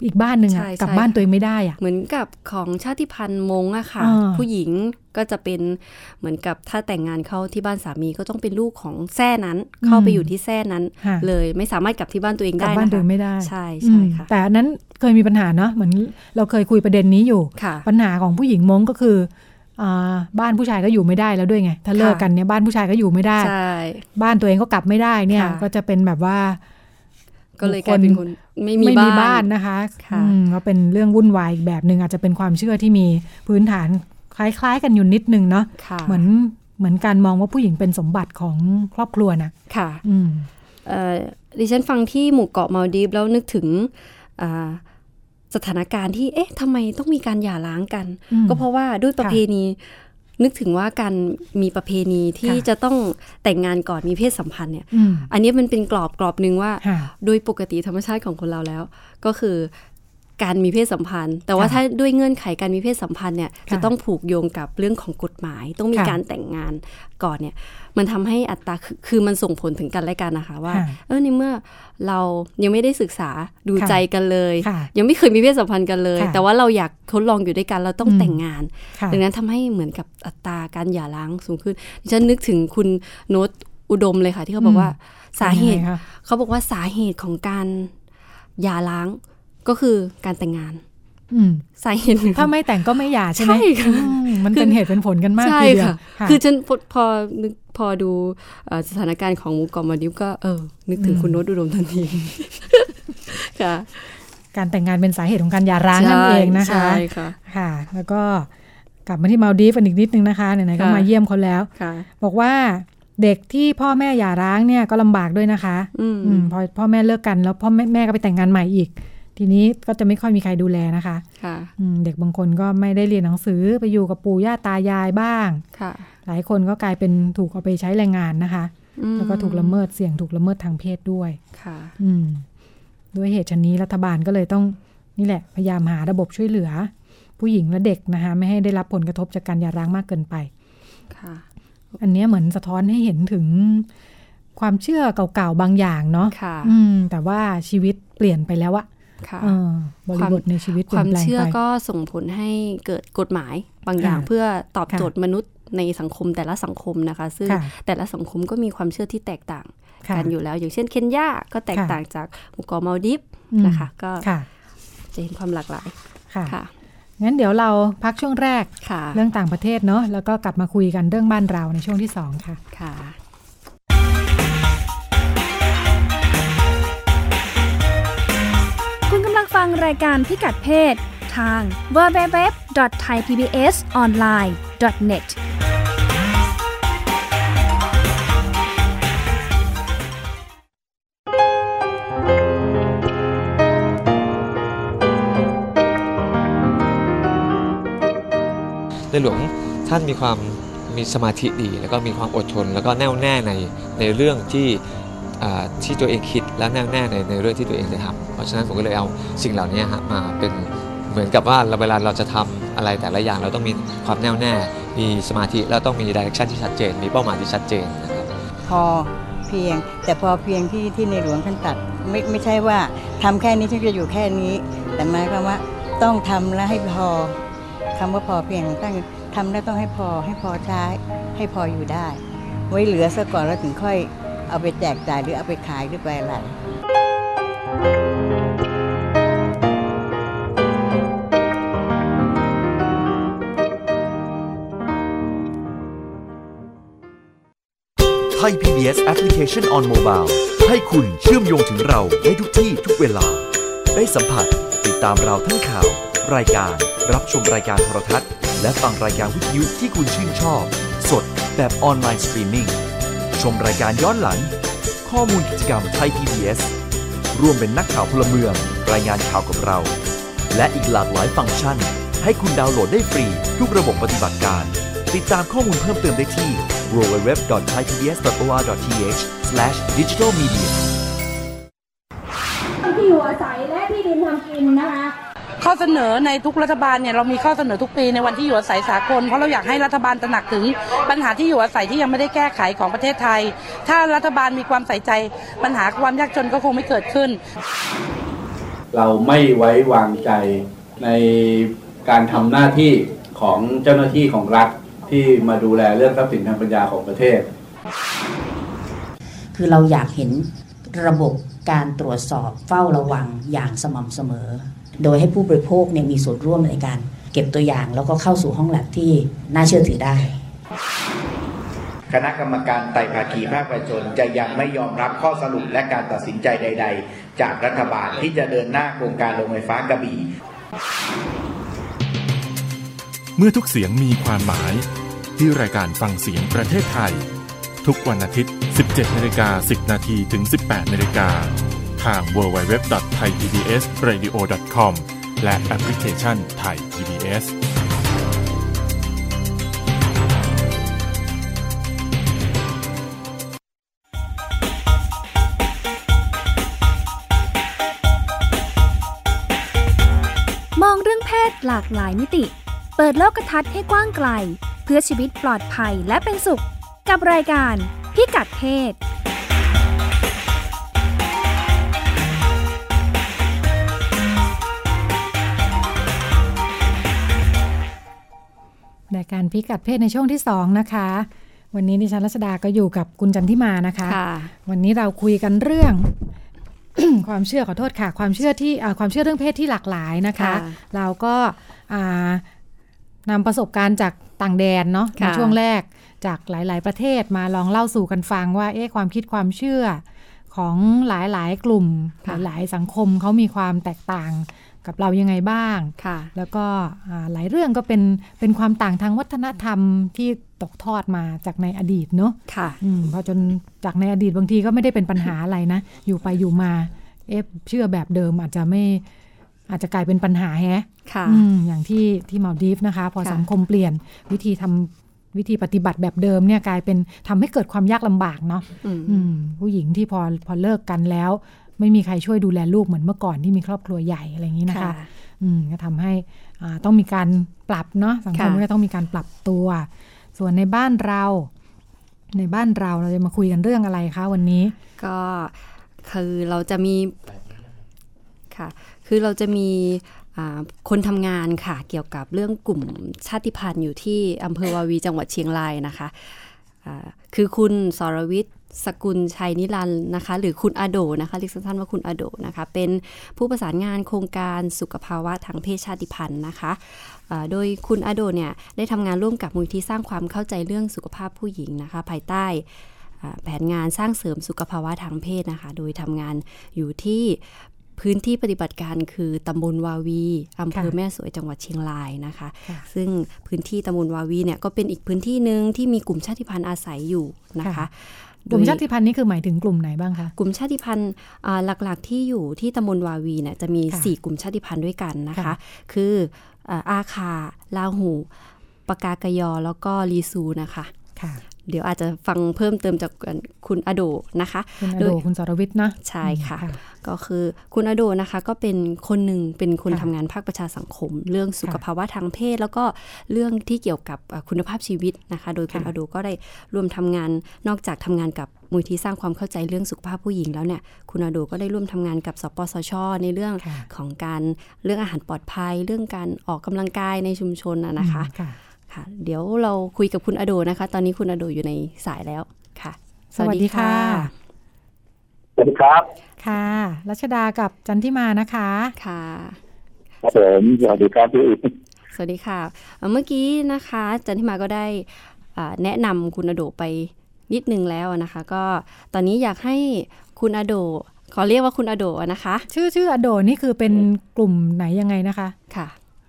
อีกบ้านหนึ่งอะกลับบ้านตัวเองไม่ได้อะเหมือนกับของชาติพันธุ์มงอะค่ะผู้หญิงก็จะเป็นเหมือนกับถ้าแต่งงานเข้าที่บ้านสามีก็ต้องเป็นลูกของแท่นั้นเข้าไปอยู่ที่แท่นั้นเลยไม่สามารถกลับที่บ้านตัวเองได้นะคะกลับบ้านตัวเองไม่ได้ใช่ค่ะแต่นั้นเคยมีปัญหาเนาะเหมือนเราเคยคุยประเด็นนี้อยู่ปัญหาของผู้หญิงมงก็คือบ้านผู้ชายก็อยู่ไม่ได้แล้วด้วยไงถ้าเลิกกันเนี่ยบ้านผู้ชายก็อยู่ไม่ได้บ้านตัวเองก็กลับไม่ได้เนี่ยก็จะเป็นแบบว่าก็เลยกลายเป็นคนไม่มีบ้านนะคะก็เป็นเรื่องวุ่นวายอีกแบบนึงอาจจะเป็นความเชื่อที่มีพื้นฐานคล้ายๆกันอยู่นิดนึงเนาะเหมือนการมองว่าผู้หญิงเป็นสมบัติของครอบครัวนะค่ะดิฉันฟังที่หมู่เกาะมัลดีฟแล้วนึกถึงสถานการณ์ที่ทำไมต้องมีการหย่าร้างกันก็เพราะว่าด้วยประเพณีนึกถึงว่าการมีประเพณีที่จะต้องแต่งงานก่อนมีเพศสัมพันธ์เนี่ยอันนี้มันเป็นกรอบนึงว่าโดยปกติธรรมชาติของคนเราแล้วก็คือการมีเพศสัมพันธ์แต่ว่าถ้าด้วยเงื่อนไขการมีเพศสัมพันธ์เนี่ยจะต้องผูกโยงกับเรื่องของกฎหมายต้องมีการแต่งงานก่อนเนี่ยมันทำให้อัตราคือมันส่งผลถึงกันและกันนะคะว่าในเมื่อเรายังไม่ได้ศึกษาดูใจกันเลยยังไม่เคยมีเพศสัมพันธ์กันเลยแต่ว่าเราอยากทดลองอยู่ด้วยกันเราต้องแต่งงานดังนั้นทำให้เหมือนกับอัตราการหย่าร้างสูงขึ้นฉันนึกถึงคุณโน้ตอุดมเลยค่ะที่เขาบอกว่าสาเหตุเขาบอกว่าสาเหตุของการหย่าร้างก็คือการแต่งงานสาเหตุถ้าไม่แต่งก็ไม่หย่าใช่ไหมมันเป็นเหตุเป็นผลกันมากทีเดียวคือฉันพอดูสถานการณ์ของหมู่เกาะมัลดีฟก็นึกถึงคุณโน้ตอุดมทันทีค่ะการแต่งงานเป็นสาเหตุของการหย่าร้างนั่นเองนะคะใช่ค่ะแล้วก็กลับมาที่มัลดีฟอีกนิดนึงนะคะไหนๆก็มาเยี่ยมเขาแล้วบอกว่าเด็กที่พ่อแม่หย่าร้างเนี่ยก็ลำบากด้วยนะคะพอพ่อแม่เลิกกันแล้วพ่อแม่ก็ไปแต่งงานใหม่อีกทีนี้ก็จะไม่ค่อยมีใครดูแลนะคะเด็กบางคนก็ไม่ได้เรียนหนังสือไปอยู่กับปู่ย่าตายายบ้างหลายคนก็กลายเป็นถูกเอาไปใช้แรงงานนะคะแล้วก็ถูกละเมิดเสี่ยงถูกละเมิดทางเพศด้วยด้วยเหตุฉะนี้รัฐบาลก็เลยต้องนี่แหละพยายามหาระบบช่วยเหลือผู้หญิงและเด็กนะคะไม่ให้ได้รับผลกระทบจากการหย่าร้างมากเกินไปอันนี้เหมือนสะท้อนให้เห็นถึงความเชื่อเก่าๆบางอย่างเนาะแต่ว่าชีวิตเปลี่ยนไปแล้วอะบริบทในชีวิตความเชื่อก็ส่งผลให้เกิดกฎหมายบางอย่างเพื่อตอบโจทย์มนุษย์ในสังคมแต่ละสังคมนะคะซึ่งแต่ละสังคมก็มีความเชื่อที่แตกต่างกันอยู่แล้วอย่างเช่นเคนยาก็แตกต่างจากหมู่เกาะมัลดีฟนะคะก็จะเห็นความหลากหลายค่ะงั้นเดี๋ยวเราพักช่วงแรกเรื่องต่างประเทศเนาะแล้วก็กลับมาคุยกันเรื่องบ้านเราในช่วงที่2ค่ะคุณกำลังฟังรายการพิกัดเพศทาง www.thaipbsonline.net ในหลวงท่านมีสมาธิดีแล้วก็มีความอดทนแล้วก็แน่วแน่ในเรื่องที่ตัวเองคิดและแน่วแน่ในเรื่องที่ตัวเองจะทำเพราะฉะนั้นผมก็เลยเอาสิ่งเหล่านี้มาเป็นเหมือนกับว่าเวลาเราจะทำอะไรแต่ละอย่างเราต้องมีความแน่วแน่มีสมาธิแล้วต้องมีดิเรกชันที่ชัดเจนมีเป้าหมายที่ชัดเจนนะครับพอเพียงแต่พอเพียงที่ในหลวงท่านตรัสไม่ใช่ว่าทำแค่นี้ฉันจะอยู่แค่นี้แต่หมายความว่าต้องทำและให้พอคำว่าพอเพียงตั้งทำแล้วต้องให้พอใช้ให้พออยู่ได้ไว้เหลือซะก่อนแล้วถึงค่อยเอาไปแจกจ่ายหรือเอาไปขายหรือไปอะไรไทย PBS Application on Mobile ให้คุณเชื่อมโยงถึงเราได้ทุกที่ทุกเวลาได้สัมผัสติดตามเราทั้งข่าวรายการรับชมรายการโทรทัศน์และฟังรายการวิทยุที่คุณชื่นชอบสดแบบออนไลน์สตรีมมิ่งชมรายการย้อนหลังข้อมูลกิจกรรมไทย PBS ร่วมเป็นนักข่าวพลเมืองรายงานข่าวกับเราและอีกหลากหลายฟังก์ชันให้คุณดาวน์โหลดได้ฟรีทุกระบบปฏิบัติการติดตามข้อมูลเพิ่มเติมได้ที่ www.thaipbs.or.th/digitalmedia ที่อยู่อาศัยและที่ดินทำกินนะคะข้อเสนอในทุกรัฐบาลเนี่ยเรามีข้อเสนอทุกปีในวันที่อยู่อาศัยสากลเพราะเราอยากให้รัฐบาลตระหนักถึงปัญหาที่อยู่อาศัยที่ยังไม่ได้แก้ไขของประเทศไทยถ้ารัฐบาลมีความใส่ใจปัญหาความยากจนก็คงไม่เกิดขึ้นเราไม่ไว้วางใจในการทำหน้าที่ของเจ้าหน้าที่ของรัฐที่มาดูแลเรื่องทรัพย์สินทางปัญญาของประเทศคือเราอยากเห็นระบบการตรวจสอบเฝ้าระวังอย่างสม่ำเสมอโดยให้ผู้บริโภคเนี่ยมีส่วนร่วมในการเก็บตัวอย่างแล้วก็เข้าสู่ห้องแลบที่น่าเชื่อถือได้คณะกรรมการไต่ภาคีภาคประชาชนจะยังไม่ยอมรับข้อสรุปและการตัดสินใจใดๆจากรัฐบาลที่จะเดินหน้าโครงการโรงไฟฟ้ากระบี่เมื่อทุกเสียงมีความหมายที่รายการฟังเสียงประเทศไทยทุกวันอาทิตย์ 17:10 น.ถึง 18:00 น.ทาง www.thaipbsradio.com และแอปพลิเคชัน Thai PBS มองเรื่องเพศหลากหลายมิติเปิดโลกทัศน์ให้กว้างไกลเพื่อชีวิตปลอดภัยและเป็นสุขกับรายการพิกัดเพศรายการพิกัดเพศในช่วงที่2นะคะวันนี้ดิฉันรัชดาก็อยู่กับคุณจันทิมานะคะวันนี้เราคุยกันเรื่อง ความเชื่อขอโทษค่ะความเชื่อเรื่องเพศที่หลากหลายนะคะเราก็นำประสบการณ์จากต่างแดนเนาะในช่วงแรกจากหลายๆประเทศมาลองเล่าสู่กันฟังว่าความคิดความเชื่อของหลายๆกลุ่มหลายๆสังคมเขามีความแตกต่างกับเรายังไงบ้างแล้วก็หลายเรื่องก็เป็นความต่างทางวัฒนธรรมที่ตกทอดมาจากในอดีตเนาะพอจนจากในอดีตบางทีก็ไม่ได้เป็นปัญหาอะไรนะอยู่ไปอยู่มาเชื่อแบบเดิมอาจจะกลายเป็นปัญหาอย่างที่มัลดีฟนะคะพอสังคมเปลี่ยนวิธีปฏิบัติแบบเดิมเนี่ยกลายเป็นทำให้เกิดความยากลำบากเนาะผู้หญิงที่พอเลิกกันแล้วไม่มีใครช่วยดูแลลูกเหมือนเมื่อก่อนที่มีครอบครัวใหญ่อะไรอย่างนี้นะคะก็ทำให้ต้องมีการปรับเนาะสังคมก็ต้องมีการปรับตัวส่วนในบ้านเราจะมาคุยกันเรื่องอะไรคะวันนี้ก็คือเราจะมีคนทำงานค่ะเกี่ยวกับเรื่องกลุ่มชาติพันธุ์อยู่ที่อำเภอวาวีจังหวัดเชียงรายนะคะคือคุณสรวิทย์สกุลชัยนิรันดร์นะคะหรือคุณอโดนะคะเรียกสั้นๆว่าคุณอโดนะคะเป็นผู้ประสานงานโครงการสุขภาวะทางเพศชาติพันธุ์นะคะโดยคุณอโดเนี่ยได้ทำงานร่วมกับมูลที่สร้างความเข้าใจเรื่องสุขภาพผู้หญิงนะคะภายใต้แผนงานสร้างเสริมสุขภาวะทางเพศนะคะโดยทำงานอยู่ที่พื้นที่ปฏิบัติการคือตำบลวาวีอำเภอแม่สวยจังหวัดเชียงรายนะคะซึ่งพื้นที่ตำบลวาวีเนี่ยก็เป็นอีกพื้นที่นึงที่มีกลุ่มชาติพันธุ์อาศัยอยู่นะคะกลุ่มชาติพันธุ์นี่คือหมายถึงกลุ่มไหนบ้างคะกลุ่มชาติพันธุ์หลักๆที่อยู่ที่ตำบลวาวีเนี่ยจะมี4กลุ่มชาติพันธุ์ด้วยกันนะคะคืออาคาลาหูปากากยอแล้วก็ลีซูนะคะเดี๋ยวอาจจะฟังเพิ่มเติมจากคุณอโดนะคะคุณอโดคุณสรวิทย์นะใช่ค่ะก็คือคุณอโดนะคะก็เป็นคนหนึ่งเป็นคนทำงานภาคประชาสังคมเรื่องสุขภาวะทางเพศแล้วก็เรื่องที่เกี่ยวกับคุณภาพชีวิตนะคะโดยคุณอโดก็ได้ร่วมทำงานนอกจากทำงานกับมูลที่สร้างความเข้าใจเรื่องสุขภาพผู้หญิงแล้วเนี่ยคุณอโดก็ได้ร่วมทำงานกับสปสช.ในเรื่องของการเรื่องอาหารปลอดภัยเรื่องการออกกำลังกายในชุมชนนะคะค่ะเดี๋ยวเราคุยกับคุณอโดนะคะตอนนี้คุณอโดอยู่ในสายแล้วค่ะสวัสดีค่ะสวัสดีครับค่ะรัชดากับจันทิมานะคะค่ะครับผมสวัสดีครับพี่สวัสดีค่ะเมื่อกี้นะคะจันทิมาก็ได้แนะนำคุณอโดไปนิดนึงแล้วนะคะก็ตอนนี้อยากให้คุณอโดขอเรียกว่าคุณอโดนะคะชื่ออโดนี่คือเป็นกลุ่มไหนยังไงนะคะค่ะ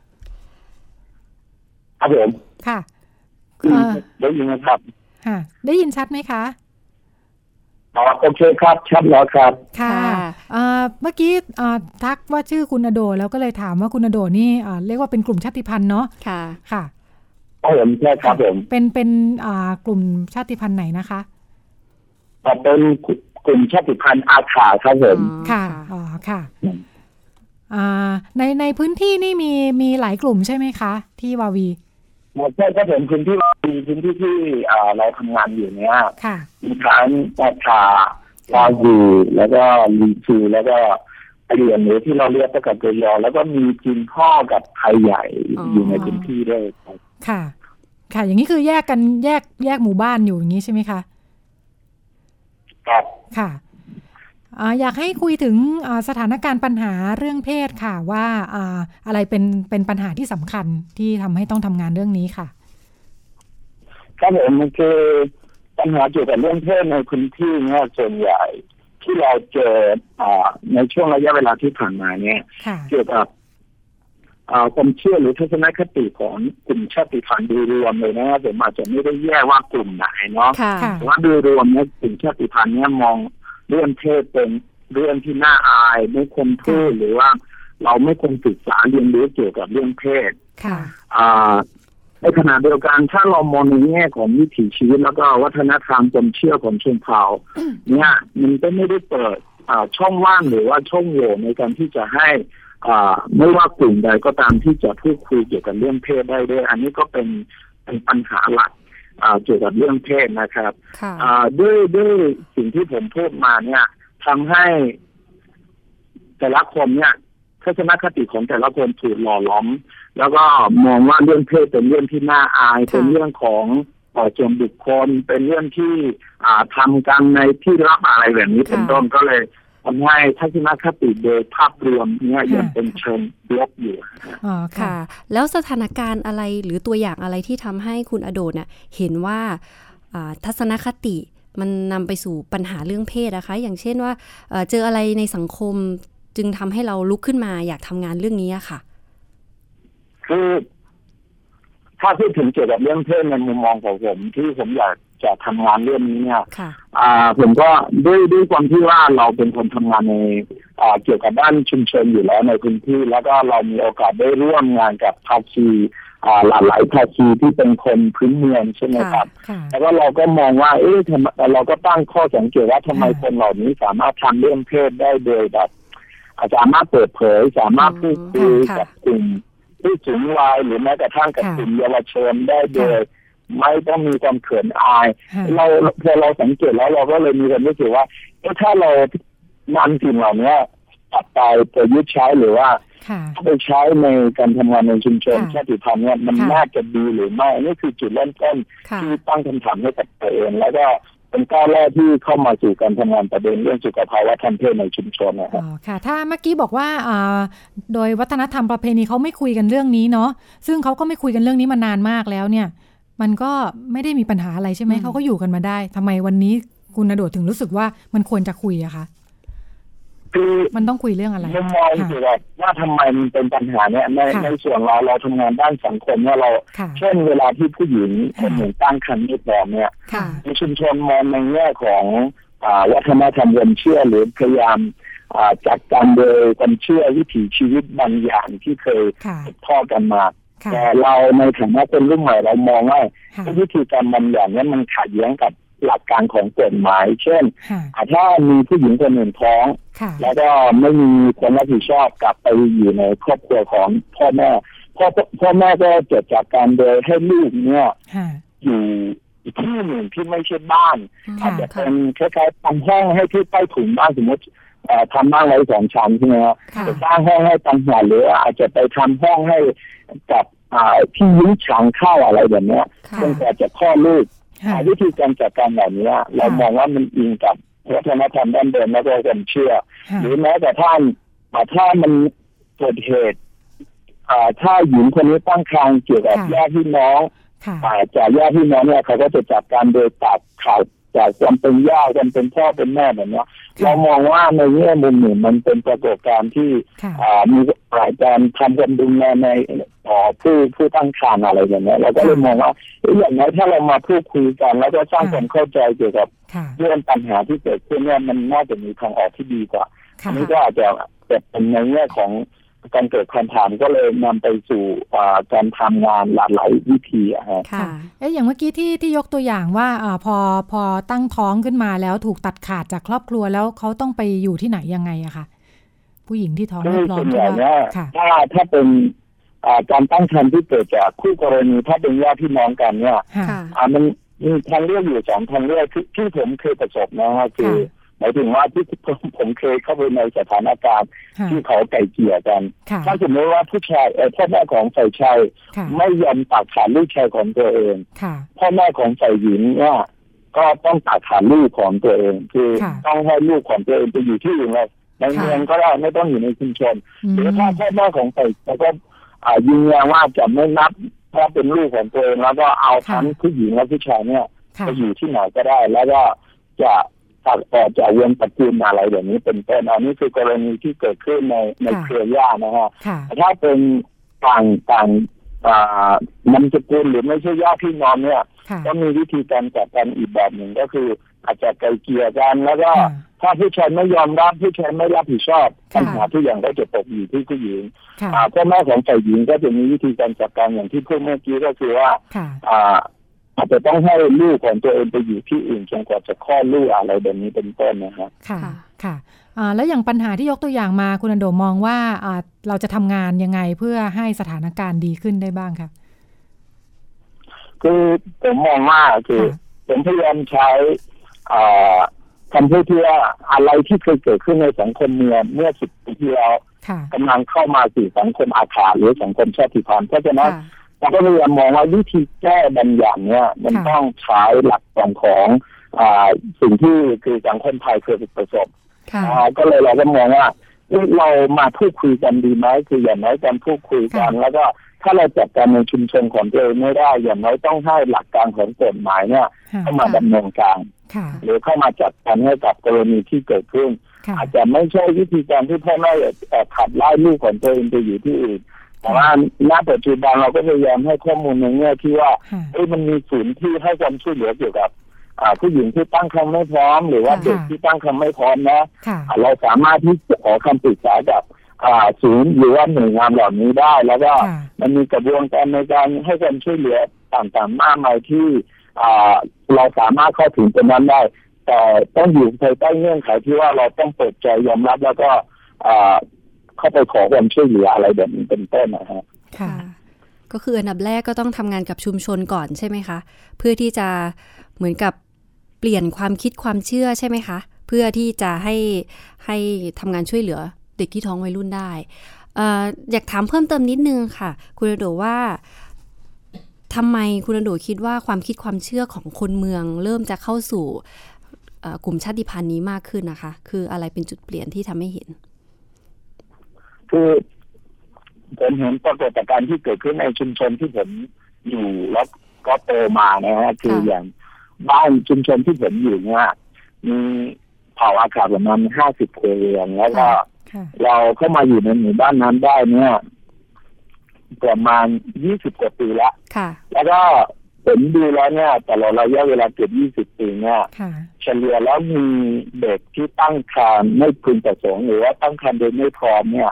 ครับผมค่ะได้ยินไหมครับค่ะได้ยินชัดไหมคะโอเคครับชัดแล้วครับค่ะเมื่อกี้ทักว่าชื่อคุณอโดแล้วก็เลยถามว่าคุณอโดนี่เรียกว่าเป็นกลุ่มชาติพันธุ์เนาะค่ะค่ะผมใช่ครับผมเป็นกลุ่มชาติพันธุ์ไหนนะคะเป็นกลุ่มชาติพันธุ์อาขาครับผมค่ะอ๋อค่ะในพื้นที่นี่มีหลายกลุ่มใช่ไหมคะที่วาวีใช่ครับผมพื้นที่ที่เราทำงานอยู่เนี่ยมีทั้งอาขาวาวีแล้วก็ลีชูแล้วก็เรียนหรือที่เราเรียกประกาศตัวยอแล้วก็มีจีนพ่อกับไทยใหญ่อยู่ในพื้นที่ด้วยค่ะค่ะอย่างนี้คือแยกหมู่บ้านอยู่อย่างนี้ใช่ไหมคะครับค่ะอยากให้คุยถึงสถานการณ์ปัญหาเรื่องเพศค่ะว่าอะไรเป็นปัญหาที่สำคัญที่ทำให้ต้องทำงานเรื่องนี้ค่ะครับผมมันคือปัญหาเกี่ยวกับเรื่องเพศในพื้นที่เนี่ยส่วนใหญ่ที่เราเจอในช่วงระยะเวลาที่ผ่านมาเนี่ยเกี่ยวกับความเชื่อหรือทัศนคติของกลุ่มชาติพันธุ์โดยรวมเลยนะครับผมอาจจะไม่ได้แยกว่ากลุ่มไหนเนาะแต่ว่าโดยรวมเนี่ยกลุ่มชาติพันธุ์เนี่ยมองเรื่องเพศเป็นเรื่องที่น่าอายไม่ควรพูดหรือว่าเราไม่ควรศึกษาเรียนรู้เกี่ยวกับเรื่องเพศในขณะเดียวกันถ้าเรามองในแง่ของวิถีชีวิตแล้วก็วัฒนธรรมความเชื่อของชนเผ่าเนี่ยมันก็ไม่ได้เปิดช่องว่างหรือว่าช่องโหว่ในการที่จะให้ไม่ว่ากลุ่มใดก็ตามที่จะพูดคุยเกี่ยวกับเรื่องเพศได้ด้วยอันนี้ก็เป็นปัญหาหลักเกี่ยวกับเรื่องเพศนะครับด้วยสิ่งที่ผมพูดมาเนี่ยทำให้แต่ละคนเนี่ยทัศนคติของแต่ละคนถูกหล่อหลอมแล้วก็มองว่าเรื่องเพศเป็นเรื่องที่น่าอายเป็นเรื่องของส่วนบุคคลเป็นเรื่องที่ทำกันในที่ลับอะไรแบบนี้เป็นต้นก็เลยทำให้ทัศนคติโดยภาพรวมเนี่ยยังเป็นเชิงลบอยู่ค่ะแล้วสถานการณ์อะไรหรือตัวอย่างอะไรที่ทำให้คุณอโดดเนี่ยเห็นว่าทัศนคติมันนำไปสู่ปัญหาเรื่องเพศนะคะอย่างเช่นว่าเจออะไรในสังคมจึงทำให้เราลุกขึ้นมาอยากทำงานเรื่องนี้ค่ะคือถ้าพูดถึงเกี่ยวกับเรื่องเพศในมุมมองของผมที่ผมอยากจะทำงานเรื่องนี้เนี่ยผมก็ด้วยความที่ว่าเราเป็นคนทำงานในเกี่ยวกับด้านชุมชนอยู่แล้วในพื้นที่แล้วก็เรามีโอกาสได้ร่วมงานกับภาคีหลายภาคีที่เป็นคนพื้นเมืองใช่ไหมครับแล้วก็เราก็มองว่าเราก็ตั้งข้อสังเกตว่าทำไมคนเหล่านี้สามารถทำเรื่องเพศได้โดยแบบสามารถเปิดเผยสามารถพูดคุยกับกลุ่มผู้สูงวัยหรือแม้กระทั่งกับกลุ่มเยาวชนได้โดยไม่ต้องมีความเขินอายพอเราสังเกตแล้วเราก็เลยมีความรู้สึกว่าถ้าเรานำสิ่งเหล่านี้ตัดไปประยุกต์ใช้หรือว่าไปใช้ในการทำงานในชุมชนชาติพันธุ์เนี่ยมันน่าจะดีหรือไม่นี่คือจุดเริ่มต้นที่ตั้งคำถามให้กับตัวเองแล้วก็เป็นก้าวแรกที่เข้ามาสู่การทำงานประเด็นเรื่องสุขภาวะทางเพศในชุมชนนะครับค่ะถ้าเมื่อกี้บอกว่าโดยวัฒนธรรมประเพณีเขาไม่คุยกันเรื่องนี้เนาะซึ่งเขาก็ไม่คุยกันเรื่องนี้มานานมากแล้วเนี่ยมันก็ไม่ได้มีปัญหาอะไรใช่ไหมเขาก็อยู่กันมาได้ทำไมวันนี้คุณณโดดถึงรู้สึกว่ามันควรจะคุยอะคะคือมันต้องคุยเรื่องอะไรมุมมองคือว่าทำไมมันเป็นปัญหาเนี่ยในส่วนเราทำงานด้านสังคมเนี่ยเราเช่นเวลาที่ผู้หญิงคนหนึ่งตั้งครรภ์ไม่พร้อมเนี่ยในชุมชนมองในแง่ของวัฒนธรรมความเชื่อหรือพยายามจัดการโดยความเชื่อวิถีชีวิตบางอย่างที่เคยทอดกันมาแต่เราในฐานะคนรุ่นใหม่เรามองว่าวิธีการบางอย่างนี้มันขัดแย้งกับหลักการของกฎหมายเช่นถ้ามีผู้หญิงคนหนึ่งท้องแล้วก็ไม่มีความรับผิดชอบกลับไปอยู่ในครอบครัวของพ่อแม่พ่อแม่ก็จะจัดการโดยให้ลูกเนี่ยอยู่อีกที่หนึ่งที่ไม่ใช่บ้านอาจจะเป็นคล้ายๆทำห้องให้ที่ใต้ถุนบ้านสมมติทำบ้านไว้2 ชั้นใช่ไหมครับจะสร้างห้องให้ต่างหากหรืออาจจะไปทำห้องให้กับที่ยุ้งฉางข้าวอะไรแบบนี้จนกว่าจะคลอดลูกวิธีการจัดการเหล่านี้เรามองว่ามันอิงกับวัฒนธรรมดั้งเดิมและความเชื่อหรือแม้แต่ถ้ามันเกิดเหตุถ้าหญิงคนนี้ตั้งครรภ์เกี่ยวกับญาติพี่น้องจากญาติพี่น้องเนี่ยเขาก็จะจัดการโดยตัดข่าวจากความเป็นญาติกันเป็นพ่อเป็นแม่แบบนี้เรามองว่าในแง่มุมหนึ่งมันเป็นปรากฏการณ์ที่มีหลายการทำกันดูในผู้ตั้งครรภ์อะไรอย่างเงี้ยเราก็เลยมองว่าอย่างน้อยถ้าเรามาพูดคุยกันแล้วก็สร้างความเข้าใจเกี่ยวกับเรื่องปัญหาที่เกิดขึ้นเนี่ยมันน่าจะมีทางออกที่ดีกว่าอันนี้ก็อาจจะเป็นในแง่ของการเกิดคำถามก็เลยนำไปสู่การทำงานหลายวิธีค่ะอย่างเมื่อกี้ที่ยกตัวอย่างว่าพอตั้งท้องขึ้นมาแล้วถูกตัดขาดจากครอบครัวแล้วเขาต้องไปอยู่ที่ไหนยังไงอะคะผู้หญิงที่ท้องไม่พร้อมถ้าเป็นการตั้งครรภ์ที่เกิดจากคู่กรณีถ้าเป็นญาติพี่น้องกันเนี่ยมันมีทางเลือกอยู่2 ทางเลือกที่ผมเคยประสบนะฮะคือหมายถึงว่าที่ผมเคยเข้าไปในสถานการณ์ที่เขาไกล่เกลี่ยกันถ้าสมมติว่าผู้ชายพ่อแม่ของฝ่ายชายไม่ยอมตัดขาดลูกชายของตัวเองพ่อแม่ของฝ่ายหญิงเนี่ยก็ต้องตัดขาดลูกของตัวเองคือต้องให้ลูกของตัวเองไปอยู่ที่อื่นเลยในเมืองก็ได้ไม่ต้องอยู่ในชุมชนหรือถ้าพ่อแม่ของฝ่ายแล้วก็ยืนยันว่าจะไม่นับว่าเป็นลูกของตัวเองแล้วก็เอาทั้งผู้หญิงและผู้ชายเนี่ยไปอยู่ที่ไหนก็ได้แล้วก็จะตัดต่อจากวงตระกูลอะไรแบบนี้เป็นต้นอันนี้คือกรณีที่เกิดขึ้นในเครือญาตินะฮะถ้าเป็นต่างนามสกุลหรือไม่ใช่ญาติพี่น้องเนี่ยก็มีวิธีการจัดการอีกแบบหนึ่งก็คืออาจจะไกลเกลี่ยกันแล้วก็ถ้าผู้ชายไม่ยอมรับผู้ชายไม่รับผิดชอบปัญหาทุกอย่างก็จะตกอยู่ที่ผู้หญิงพ่อแม่ของฝ่ายหญิงก็จะมีวิธีการจัดการอย่างที่พูดเมื่อกี้ก็คือว่าอาจจะต้องให้ลูกของตัวเองไปอยู่ที่อื่นจนกว่าจะคลอดลูกอะไรแบบนี้เป็นต้นนะครับค่ะแล้วอย่างปัญหาที่ยกตัวอย่างมาคุณอโดมองว่าเราจะทำงานยังไงเพื่อให้สถานการณ์ดีขึ้นได้บ้างคะคือผมมองว่าคือผมพยายามใช้คำพูดที่ว่าอะไรที่เคยเกิดขึ้นในสังคมเมื่อ10 ปีที่แล้วกำลังเข้ามาสู่สังคมอาขาหรือสังคมชาติพันธุ์เพราะฉะนั้นเราก็พยายามมองว่าวิธีแก้บางอย่างเนี่ยมันต้องใช้หลักของสิ่งที่คือสังคมไทยเคยประสบก็เลยเราก็มองว่าเรามาพูดคุยกันดีไหมคืออย่างน้อยการพูดคุยกันแล้วก็ถ้าเราจัดการในชุมชนของตัวเองไม่ได้อย่างน้อยต้องให้หลักการของกฎหมายเนี่ยเข้ามาดำเนินการหรือเข้ามาจัดการให้กับกรณีที่เกิดขึ้นอาจจะไม่ใช่วิธีการที่พ่อแม่ขับไล่ลูกของตัวเองไปอยู่ที่อื่นแต่ว่าณปัจจุบันเราก็พยายามให้ข้อมูลในแง่ที่ว่ามันมีศูนย์ที่ให้ความช่วยเหลือเกี่ยวกับผู้หญิงที่ตั้งครรภ์ไม่พร้อมหรือว่าเด็กที่ตั้งครรภ์ไม่พร้อมนะเราสามารถที่จะขอคำปรึกษาจากศูนย์หรือว่าหน่วยงานเหล่านี้ได้แล้วก็มันมีกระบวนการในการให้ความช่วยเหลือต่างๆมากมายที่เราสามารถเข้าถึงตรงนั้นได้แต่ต้องอยู่ภายใต้เงื่อนไขที่ว่าเราต้องเปิดใจยอมรับแล้วก็เข้าไปขอความช่วยเหลืออะไรแบบนี้เป็นต้นนะฮะค่ะก็คืออันดับแรกก็ต้องทำงานกับชุมชนก่อนใช่ไหมคะเพื่อที่จะเหมือนกับเปลี่ยนความคิดความเชื่อใช่ไหมคะเพื่อที่จะให้ทำงานช่วยเหลือเด็กที่ท้องวัยรุ่นได้อยากถามเพิ่มเติมนิดนึงค่ะคุณอโดว่าทำไมคุณอโดคิดว่าความคิดความเชื่อของคนเมืองเริ่มจะเข้าสู่กลุ่มชาติพันธุ์นี้มากขึ้นนะคะคืออะไรเป็นจุดเปลี่ยนที่ทำให้เห็นคือผมเห็นปรากฏการณ์ที่เกิดขึ้นในชุมชนที่ผมอยู่แล้วก็โตมานะฮะคืออย่างบ้านชุมชนที่ผมอยู่เนี่ยมีเผ่าอาขาประมาณ50 ครัวเรือนแล้วก็เราเข้ามาอยู่ในหมู่บ้านนั้นได้เนี่ยประมาณ20 กว่าปีแล้วแล้วก็ผมดูแล้วเนี่ยตลอดระยะเวลาเกือบ20 ปีเนี่ยเฉลี่ยแล้วมีเด็กที่ตั้งครรภ์ไม่พึงประสงค์หรือว่าตั้งครรภ์โดยไม่พร้อมเนี่ย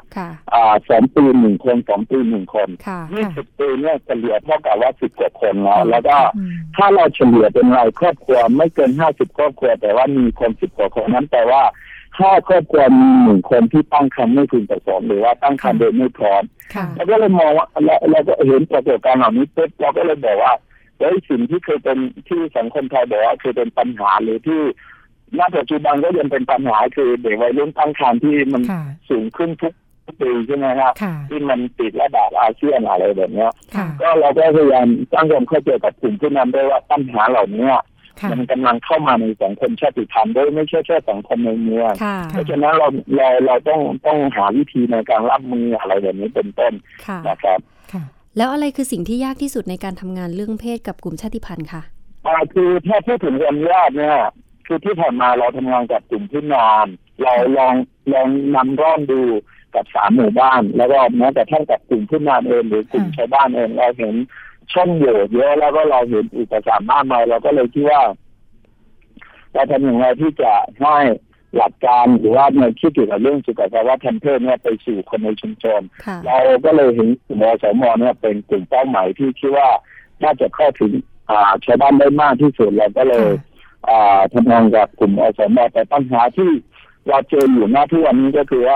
2 ปี1 คน2 ปี1 คน20 ปีเนี่ยเฉลี่ยเท่ากับว่า10 กว่าคนแล้วก็ถ้าเราเฉลี่ยเป็นรายครอบครัวไม่เกิน50 ครอบครัวแต่ว่ามีคน10 กว่าคนนั้นแปลว่าถ้าครอบครัวมี1 คนที่ตั้งครรภ์ไม่พึงประสงค์หรือว่าตั้งครรภ์โดยไม่พร้อมแล้วก็เลยมองว่าเราก็เห็นปรากฏการณ์เหล่านี้ปุ๊บเราก็เลยบอกว่าสิ่งที่เคยเป็นที่สังคมไทยบอกว่าเคยเป็นปัญหาหรือที่ณปัจจุบันก็ยังเป็นปัญหาคือเด็กวัยรุ่นตั้งครรภ์ที่มันสูงขึ้นทุกปีใช่ไหมครับที่มันติดระดับอาเซียนอะไรแบบนี้ก็เราก็พยายามตั้งความเข้าใจกับกลุ่มผู้นำด้วยว่าปัญหาเหล่านี้มันกำลังเข้ามาในสังคมชาติพันธุ์ด้วยไม่ใช่แค่สังคมในเมืองเพราะฉะนั้นเราต้องหาวิธีในการรับมืออะไรแบบนี้เป็นต้นนะครับแล้วอะไรคือสิ่งที่ยากที่สุดในการทำงานเรื่องเพศกับกลุ่มชาติพันธุ์คะคือถ้าพูดถึงความยากเนี่ยคือที่ผ่านมาเราทำงานกับกลุ่มผู้นำเราลองนำร่องดูกับ3 หมู่บ้านแล้วก็แม้แต่ทั้งกับกลุ่มผู้นำเองหรือกลุ่มชาวบ้านเองเราเห็นช่องโหว่เยอะแล้วก็เราเห็นอุปสรรคมากมายเราก็เลยคิดว่าเราทำอย่างไรที่จะให้หลักการหรือว่าในคิดเกี่ยวกับเรื่องสุขภาวะทางเพศเนี่ยไปสู่คนในชุมชนเราก็เลยเห็นกลุ่มอสมเนี่ยเป็นกลุ่มเป้าหมายที่คิดว่าน่าจะเข้าถึงชาวบ้านได้มากที่สุดเราก็เลยทำงานกับกลุ่มอสมแต่ปัญหาที่เราเจออยู่หน้าที่วันนี้ก็คือว่า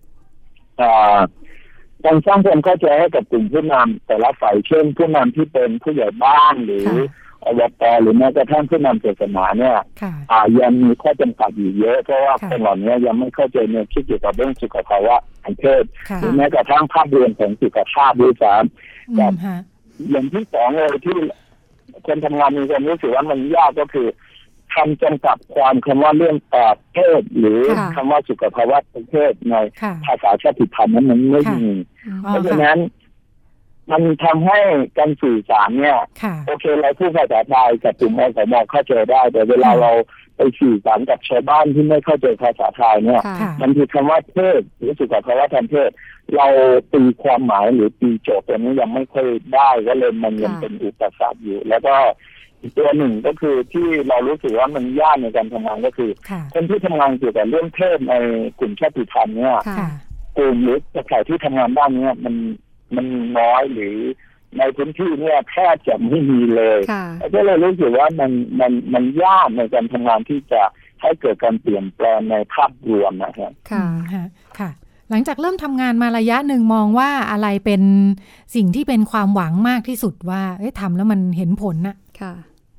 การสร้างความเข้าใจให้กับกลุ่มผู้นำแต่ละฝ่ายเช่นผู้นำที่เป็นผู้ใหญ่บ้านหรืออบตหรือแม้กระทั่งผู้นำศาสนาเนี่ยยังมีข้อจำกัดอยู่เยอะเพราะว่าคนเหล่านี้ยังไม่เข้าใจแนวคิดเกี่ยวกับเรื่องสุขภาวะทางเพศหรือแม้กระทั่งภาพรวมของสุขภาพด้วยซ้ำแต่อย่างที่สองเลยที่คนทำงานมีความรู้สึกว่ามันยากก็คือคำจำกัดความคำว่าเรื่องเพศหรือคำว่าสุขภาวะทางเพศในภาษาชาติพันธุ์นั้นมันไม่มีเพราะฉะนั้นมันทำให้การสื่อสารเนี่ยโอเคเราพูดภาษาไทยกับกลุ่มอสม.เข้าใจได้แต่เวลาเราไปสื่อสารกับชาวบ้านที่ไม่เข้าใจภาษาไทยเนี่ยมันคือคำว่าเพศหรือสุขภาวะทางเพศเราตีความหมายหรือตีโจทย์ตัวนี้ยังไม่ค่อยได้ก็เลยมันยังเป็นอุปสรรคอยู่แล้วก็อีกตัวหนึ่งก็คือที่เรารู้สึกว่ามันยากในการทำงานก็คือคนที่ทำงานเกี่ยวกับเรื่องเพศในกลุ่มชาติพันธุ์เนี่ยกลุ่มหรือเครือข่ายที่ทำงานด้านนี้มันน้อยหรือในพื้นที่เนี่ยแทบจะไม่มีเลยก็เลยรู้สึกว่ามันยากในการทำงานที่จะให้เกิดการเปลี่ยนแปลงในภาพรวมนะครับค่ะหลังจากเริ่มทำงานมาระยะหนึ่งมองว่าอะไรเป็นสิ่งที่เป็นความหวังมากที่สุดว่าทำแล้วมันเห็นผลนะค่ะ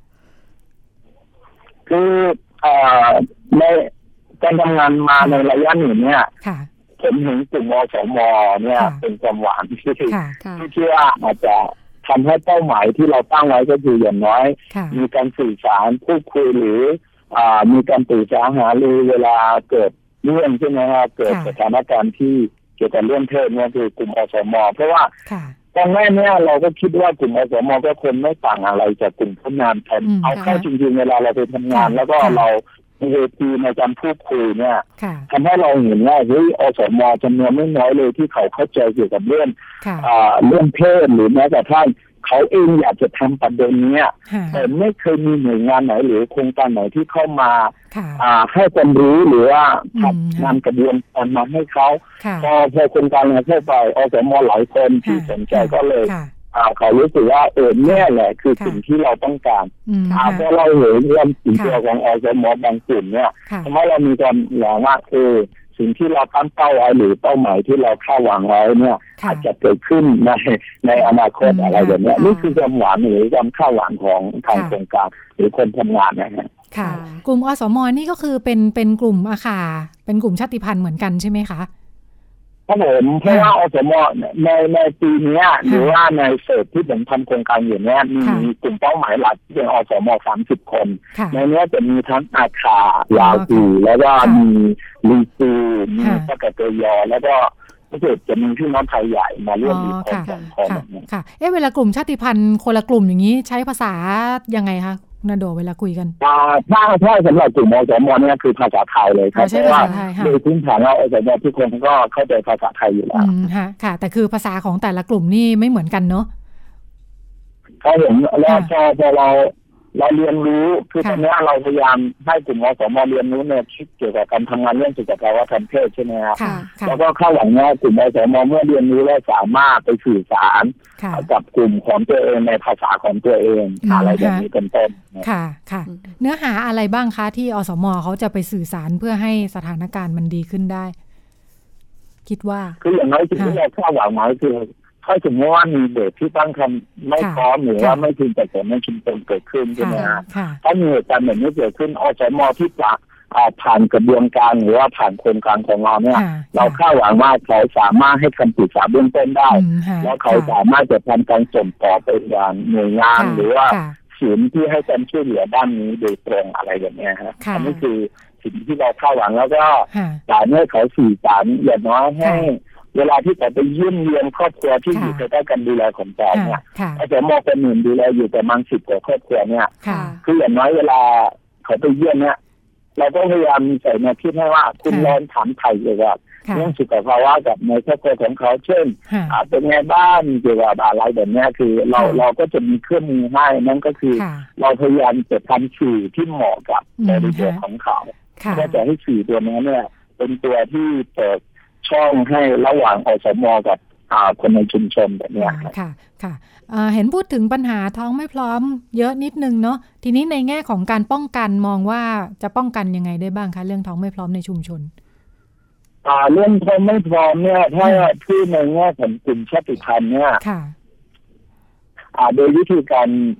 คือในการทำงานมาในระยะหนึ่งเนี่ยผมเห็นกลุ่มอสม.เนี่ยเป็นความหวังที่เชื่ออาจจะทำให้เป้าหมายที่เราตั้งไว้ก็คืออย่างน้อยมีการสื่อสารพูดคุยหรือมีการปรึกษาหารือเวลาเกิดเรื่องใช่ไหมครับเกิดสถานการณ์ที่เกี่ยวกับเรื่องเพศเนี่ยคือกลุ่มอสม.เพราะว่าตอนแรกเนี่ยเราก็คิดว่ากลุ่มอสม.ก็คงไม่ต่างอะไรจากกลุ่มผู้นำแต่เอาเข้าจริงๆเวลาเราไปทำงานแล้วก็เราในเวทีในการพูดคุยเนี่ยทำให้เราเห็นว่าเฮ้ยอสม.จำนวนไม่น้อยเลยที่เขาเข้าใจเกี่ยวกับเรื่องเพศหรือแม้กระทั่งเขาเองอยากจะทำประเด็นนี้แต่ไม่เคยมีหน่วยงานไหนหรือโครงการไหนที่เข้ามาให้ความรู้หรือว่าขับนำกระบวนการมาให้เขาพอโครงการเข้าไปอสม.หลายคนที่สนใจก็เลยเขารู้สึกว่าเนี่ยแหละคือสิ่งที่เราต้องการเพราะเราเห็นเรื่องสิ่งตัวของอสม.บางกลุ่มเนี่ยทำให้เรามีความหวังว่าสิ่งที่เราตั้งเป้าไว้หรือเป้าหมายที่เราคาดหวังไว้เนี่ยอาจจะเกิดขึ้นในอนาคตอะไรแบบนี้นี่คือความหวังหรือความคาดหวังของทางโครงการหรือคนทำงานนะฮะค่ะกลุ่มอสม.นี่ก็คือเป็นกลุ่มอาคาเป็นกลุ่มชาติพันธุ์เหมือนกันใช่ไหมคะครับผมเพราะว่าอสม.ในปีนี้หรือว่าในเฟสที่ผมทำโครงการอยู่เนี่ยมีกลุ่มเป้าหมายหลักที่เป็นอสม.30 คนในนี้จะมีทั้งอาคาลาวกีแล้วก็มีลีซูมีปกตยแล้วก็รู้สึกจะมีพี่น้องไทยใหญ่มาร่วมอีกคนสองคนค่ะเวลากลุ่มชาติพันธุ์คนละกลุ่มอย่างนี้ใช้ภาษายังไงคะนาโดเวลาคุยกันถ้าสำหรับกลุ่มอสม.เนี่ยคือภาษาไทยเลยครับเพราะว่าโดยพื้นฐานแล้วอสม.ทุกคนก็เข้าใจภาษาไทยอยู่แล้วค่ะแต่คือภาษาของแต่ละกลุ่มนี่ไม่เหมือนกันเนาะเขาเห็นแล้วพอเราเรียนรู้คือตอนนี้เราพยายามให้กลุ่มอสม.เรียนรู้เนี่ยคิดเกี่ยวกับการทำงานเรื่องสุขภาวะทางเพศใช่ไหมครับแล้วก็เข้าหลังว่ากลุ่มอสม.เมื่อเรียนรู้แล้วสามารถไปสื่อสารกับกลุ่มของตัวเองในภาษาของตัวเองอะไรแบบนี้เป็นต้นค่ะเนื้อหาอะไรบ้างคะที่อสม.เขาจะไปสื่อสารเพื่อให้สถานการณ์มันดีขึ้นได้คิดว่าคืออย่างน้อยสิ่งที่เราคาดหวังไว้คือถ้าสมมติว่ามีเด็กที่ตั้งครรภ์ไม่พร้อมหรือว่าไม่พึงแต่ผลในชุมชนเกิดขึ้นใช่ไหมฮะถ้ามีเหตุการณ์แบบนี้เกิดขึ้นอสม.ที่จะผ่านกระบวนการหรือว่าผ่านโครงการของเราเนี่ยเราคาดหวังว่าเขาสามารถให้คำปรึกษาเบื้องต้นได้แล้วเขาสามารถจะทำการส่งต่อไปยังหน่วยงานหรือว่าศูนย์ที่ให้การช่วยเหลือด้านนี้โดยตรงอะไรแบบนี้ครับอันนี้คือสิ่งที่เราคาดหวังแล้วก็การให้เขาสื่อสารอย่างน้อยให้เวลาที่เขาไปเยี่ยมเยียนครอบครัวที่อยู่ใใต้การดูแลของเราเนี่ยอาจจะมอบเป็นหนึ่งดูแลอยู่ประมาณ10 กว่าครอบครัวเนี่ยคืออย่างน้อยเวลาเขาไปเยี่ยมเนี่ยเราก็พยายามใส่แนวคิดให้ว่าคุณลองถามไถ่เกี่ยวกับเรื่องสุขภาวะกับในครอบครัวของเขาเช่นเป็นไงบ้างเกี่ยวกับอะไรแบบนี้คือเราก็จะมีเครื่องมือให้นั่นก็คือเราพยายามจะทำสื่อที่เหมาะกับบริบทของเขาก็จะให้สื่อตัวนี้เนี่ยเป็นตัวที่เปิดช่องให้ระหว่างอสม.กับคนในชุมชนแบบนี้ค่ะเห็นพูดถึงปัญหาท้องไม่พร้อมเยอะนิดนึงเนาะทีนี้ในแง่ของการป้องกันมองว่าจะป้องกันยังไงได้บ้างคะเรื่องท้องไม่พร้อมในชุมชนเรื่องท้องไม่พร้อมเนี่ยถ้าที่ในแง่ของกลุ่มชาติพันธุ์เนี่ยโดยวิธีการ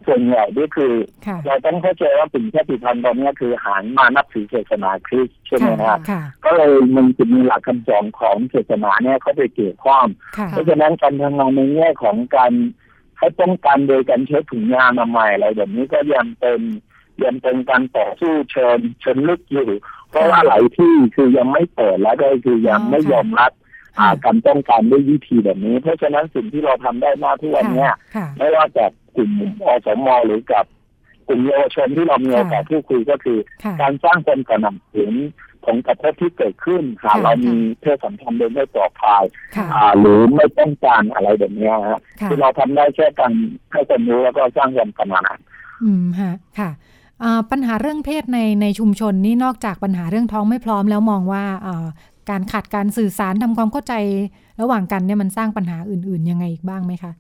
ส่วนใหญ่นี่คือเราต้องเข้าใจว่าเป็นชาติพันธุ์ตอนนี้คือหันมานับถือศาสนาคริสต์ใช่ไหมครับก็เลยมันจะมีหลักคำสอนของศาสนาเนี่ยเขาไปเกี่ยวข้องเพราะฉะนั้นการทำงานในแง่ของการให้ป้องกันโดยการใช้ถุงยางอนามัยอะไรแบบนี้ก็ยังเป็นการต่อสู้เชิญลึกอยู่เพราะว่าหลายที่คือยังไม่เปิดแล้วก็คือยังไม่ยอมรับการป้องกันด้วยวิธีแบบนี้เพราะฉะนั้นสิ่งที่เราทำได้มากทุกวันนี้ไม่ว่าจากกลุ่มอสม.หรือกับกลุ่มเยาวชนที่เรามีโอกาสพูดคุยก็คือการสร้างความตระหนักถึงผลกระทบที่เกิดขึ้นหากเรามีเพศสัมพันธ์โดยไม่ปลอดภัยหรือไม่ต้องการอะไรแบบนี้ฮะที่เราทำได้แค่การให้ความรู้แล้วก็สร้างความตระหนักค่ะปัญหาเรื่องเพศในชุมชนนี่นอกจากปัญหาเรื่องท้องไม่พร้อมแล้วมองว่าการขาดการสื่อสารทำความเข้าใจระหว่างกันเนี่ยมันสร้างปัญหาอื่นๆยังไงอีกบ้างไหมคะ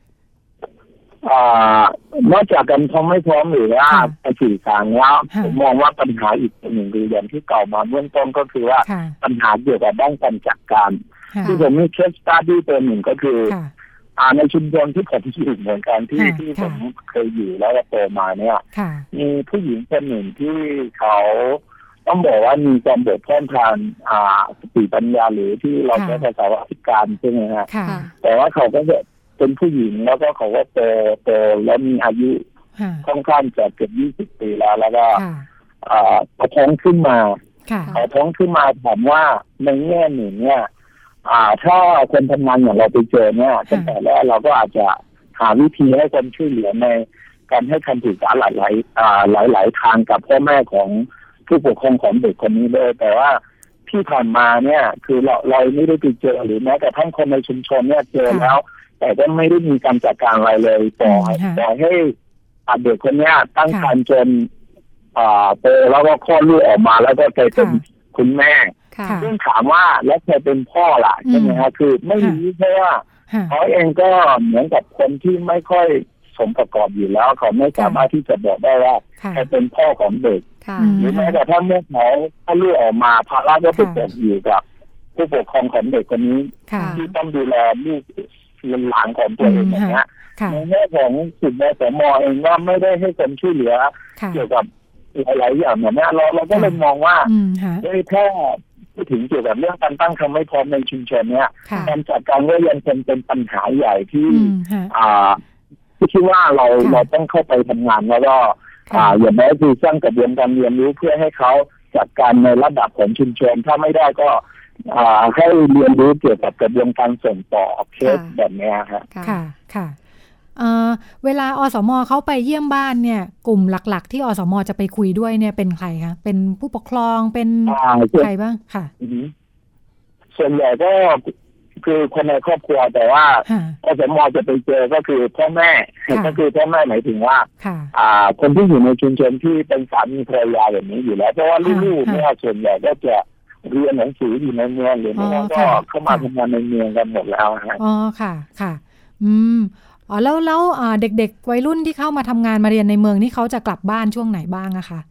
นอกจากการท้องไม่พร้อมหรือว่าการสื่อสารแล้วผมมองว่าปัญหาอีกหนึ่งคืออย่างที่เก่ามาเบื้องต้นก็คือว่าปัญหาเกี่ยวกับด้านการจัดการที่ผมมีเคสสตั๊ดดี้ตัวหนึ่งก็คือในชุมชนที่ผมอยู่เหมือนกันที่ผมเคยอยู่แล้วก็โตมาเนี่ยมีผู้หญิงคนหนึ่งที่เขาต้องบอกว่ามีความบกพร่องทางสติปัญญาหรือที่เราใช้ภาษาว่าพิการใช่ไหมฮะแต่ว่าเขาก็เป็นผู้หญิงแล้วก็เขาก็โตแล้วมีอายุค่อนข้างจะเกือบ20 ปีแล้วก็เขาท้องขึ้นมาถามว่าในแง่หนึ่งเนี่ยถ้าคนทำงานอย่างเราไปเจอเนี่ยตั้งแต่แรกเราก็อาจจะหาวิธีให้คนช่วยเหลือในการให้คำปรึกษาหลายทางกับพ่อแม่ของผู้ปกครองของเด็กคนนี้เลยแต่ว่าที่ผ่านมาเนี่ยคือเราไม่ได้ไปเจอหรือแม้แต่ทั้งคนในชุมชนเนี่ยเจอแล้วแต่ก็ไม่ได้มีการจัดการอะไรเลยปล่อยให้เด็กคนนี้ตั้งครรภ์จนโตแล้วก็คลอดลูกออกมาแล้วก็ไปเป็นคุณแม่ซึ่งถามว่าแล้วใครเป็นพ่อล่ะใช่ไหมครับคือไม่รู้เพราะว่าเขาเองก็เหมือนกับคนที่ไม่ค่อยสมประกอบอยู่แล้วเขาไม่สามารถที่จะบอกได้ว่าใครเป็นพ่อของเด็กหรือแม้แต่ถ้าเมื่อเขาลูกออกมาภาระก็ไปตกอยู่กับผู้ปกครองของเด็กคนนี้ที่ต้องดูแลลูกหลานของตัวเองอย่างเงี้ยในแง่ของสุดแม่แต่มอเองก็ไม่ได้ให้ความช่วยเหลือเกี่ยวกับหลายๆอย่างแบบนี้เราก็เลยมองว่าแค่พูดถึงเกี่ยวกับเรื่องการตั้งคำไม่พร้อมในชุมชนเนี่ยการจัดการก็ยังเป็นปัญหาใหญ่ที่คิดว่าเราต้องเข้าไปทำงานแล้วก็อย่างน้อยคือสร้างกระบวนการเรียนรู้เพื่อให้เขาจัดการในระดับของชุมชนถ้าไม่ได้ก็ให้เรียนรู้เกี่ยวกับกระบวนการส่งต่อเคสแบบนี้ครับค่ะเวลาอสม.เขาไปเยี่ยมบ้านเนี่ยกลุ่มหลักๆที่อสม.จะไปคุยด้วยเนี่ยเป็นใครคะเป็นผู้ปกครองเป็นใครบ้างค่ะส่วนใหญ่ก็คือคนในครอบครัวแต่ว่าอสม.จะไปเจอก็คือพ่อแม่ก็คือพ่อแม่หมายถึงว่าคนที่อยู่ในชุมชนที่เป็นสามีภรรยาแบบนี้อยู่แล้วเพราะว่าลูกๆเนี่ยส่วนใหญ่ก็จะเรียนหนังสืออยู่ในเมืองหรือไม่ก็เข้ามาทำงานในเมืองกันหมดแล้วฮะค่ะแล้วเด็กๆวัยรุ่นที่เข้ามาทำงานมาเรียนในเมืองนี่เขาจะกลับบ้านช่วงไหนบ้างอะคะ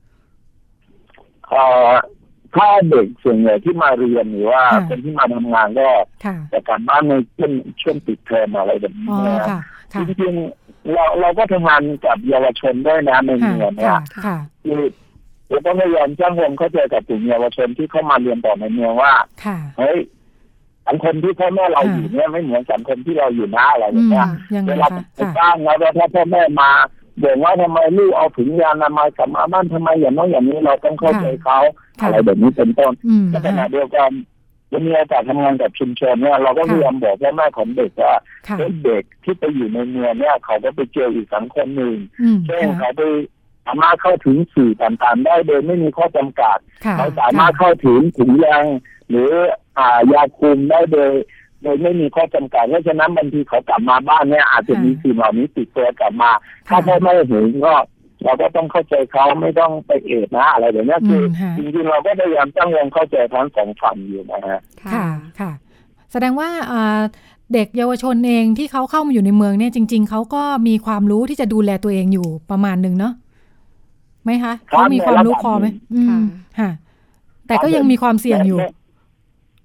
ถ้าเด็กส่วนใหญ่ที่มาเรียนหรือว่าคนที่มาทำงานก็จะกลับบ้านในช่วงปิดเทอมอะไรแบบนี้นะจริงๆเราก็ทำงานกับเยาวชนด้วยนะในเมืองเนี่ยคือเราต้องพยายามสร้างความเข้าใจกับกลุ่มเยาวชนที่เข้ามาเรียนต่อในเมืองว่าเฮ้ยสังคมที่พ่อแม่เราอยู่เนี่ยไม่เหมือนสังคมที่เราอยู่หน้าอะไรอย่างเงี้ยเวลาไปสร้างแล้วถ้าพ่อแม่มาบอกว่าทำไมลูกเอาถุงยางอนามัยกลับมาบ้านทำไมอย่างน้อยอย่างนี้เราต้องเข้าใจเขาอะไรแบบนี้เป็นต้นแต่ขณะเดียวกันวันนี้จากทำงานกับชุมชนเนี่ยเราก็พยายามบอกพ่อแม่ของเด็กว่าเด็กที่ไปอยู่ในเมืองเนี่ยเขาก็ไปเจออีกสังคมหนึ่งเช่นเขาไปสามารถเข้าถึงสื่อต่างๆได้โดยไม่มีข้อจำกัดเขาสามารถเข้าถึงถุงยางหรือยาคุมได้โดยไม่มีข้อจำกัดเพราะฉะนั้นบางทีเขากลับมาบ้านเนี่ยอาจจะมีสิ่งเหล่านี้ติดตัวกลับมาถ้าพ่อไม่เห็นก็เราก็ต้องเข้าใจเขาไม่ต้องไปเอะนะอะไรแบบนี้คือจริงๆเราก็พยายามตั้งวงเข้าใจทั้งสองฝั่งอยู่นะฮะค่ะแสดงว่าเด็กเยาวชนเองที่เขาเข้ามาอยู่ในเมืองเนี่ยจริงๆเขาก็มีความรู้ที่จะดูแลตัวเองอยู่ประมาณนึงเนาะไหมคะเขามีความรู้พอไหมค่ะแต่ก็ยังมีความเสี่ยงอยู่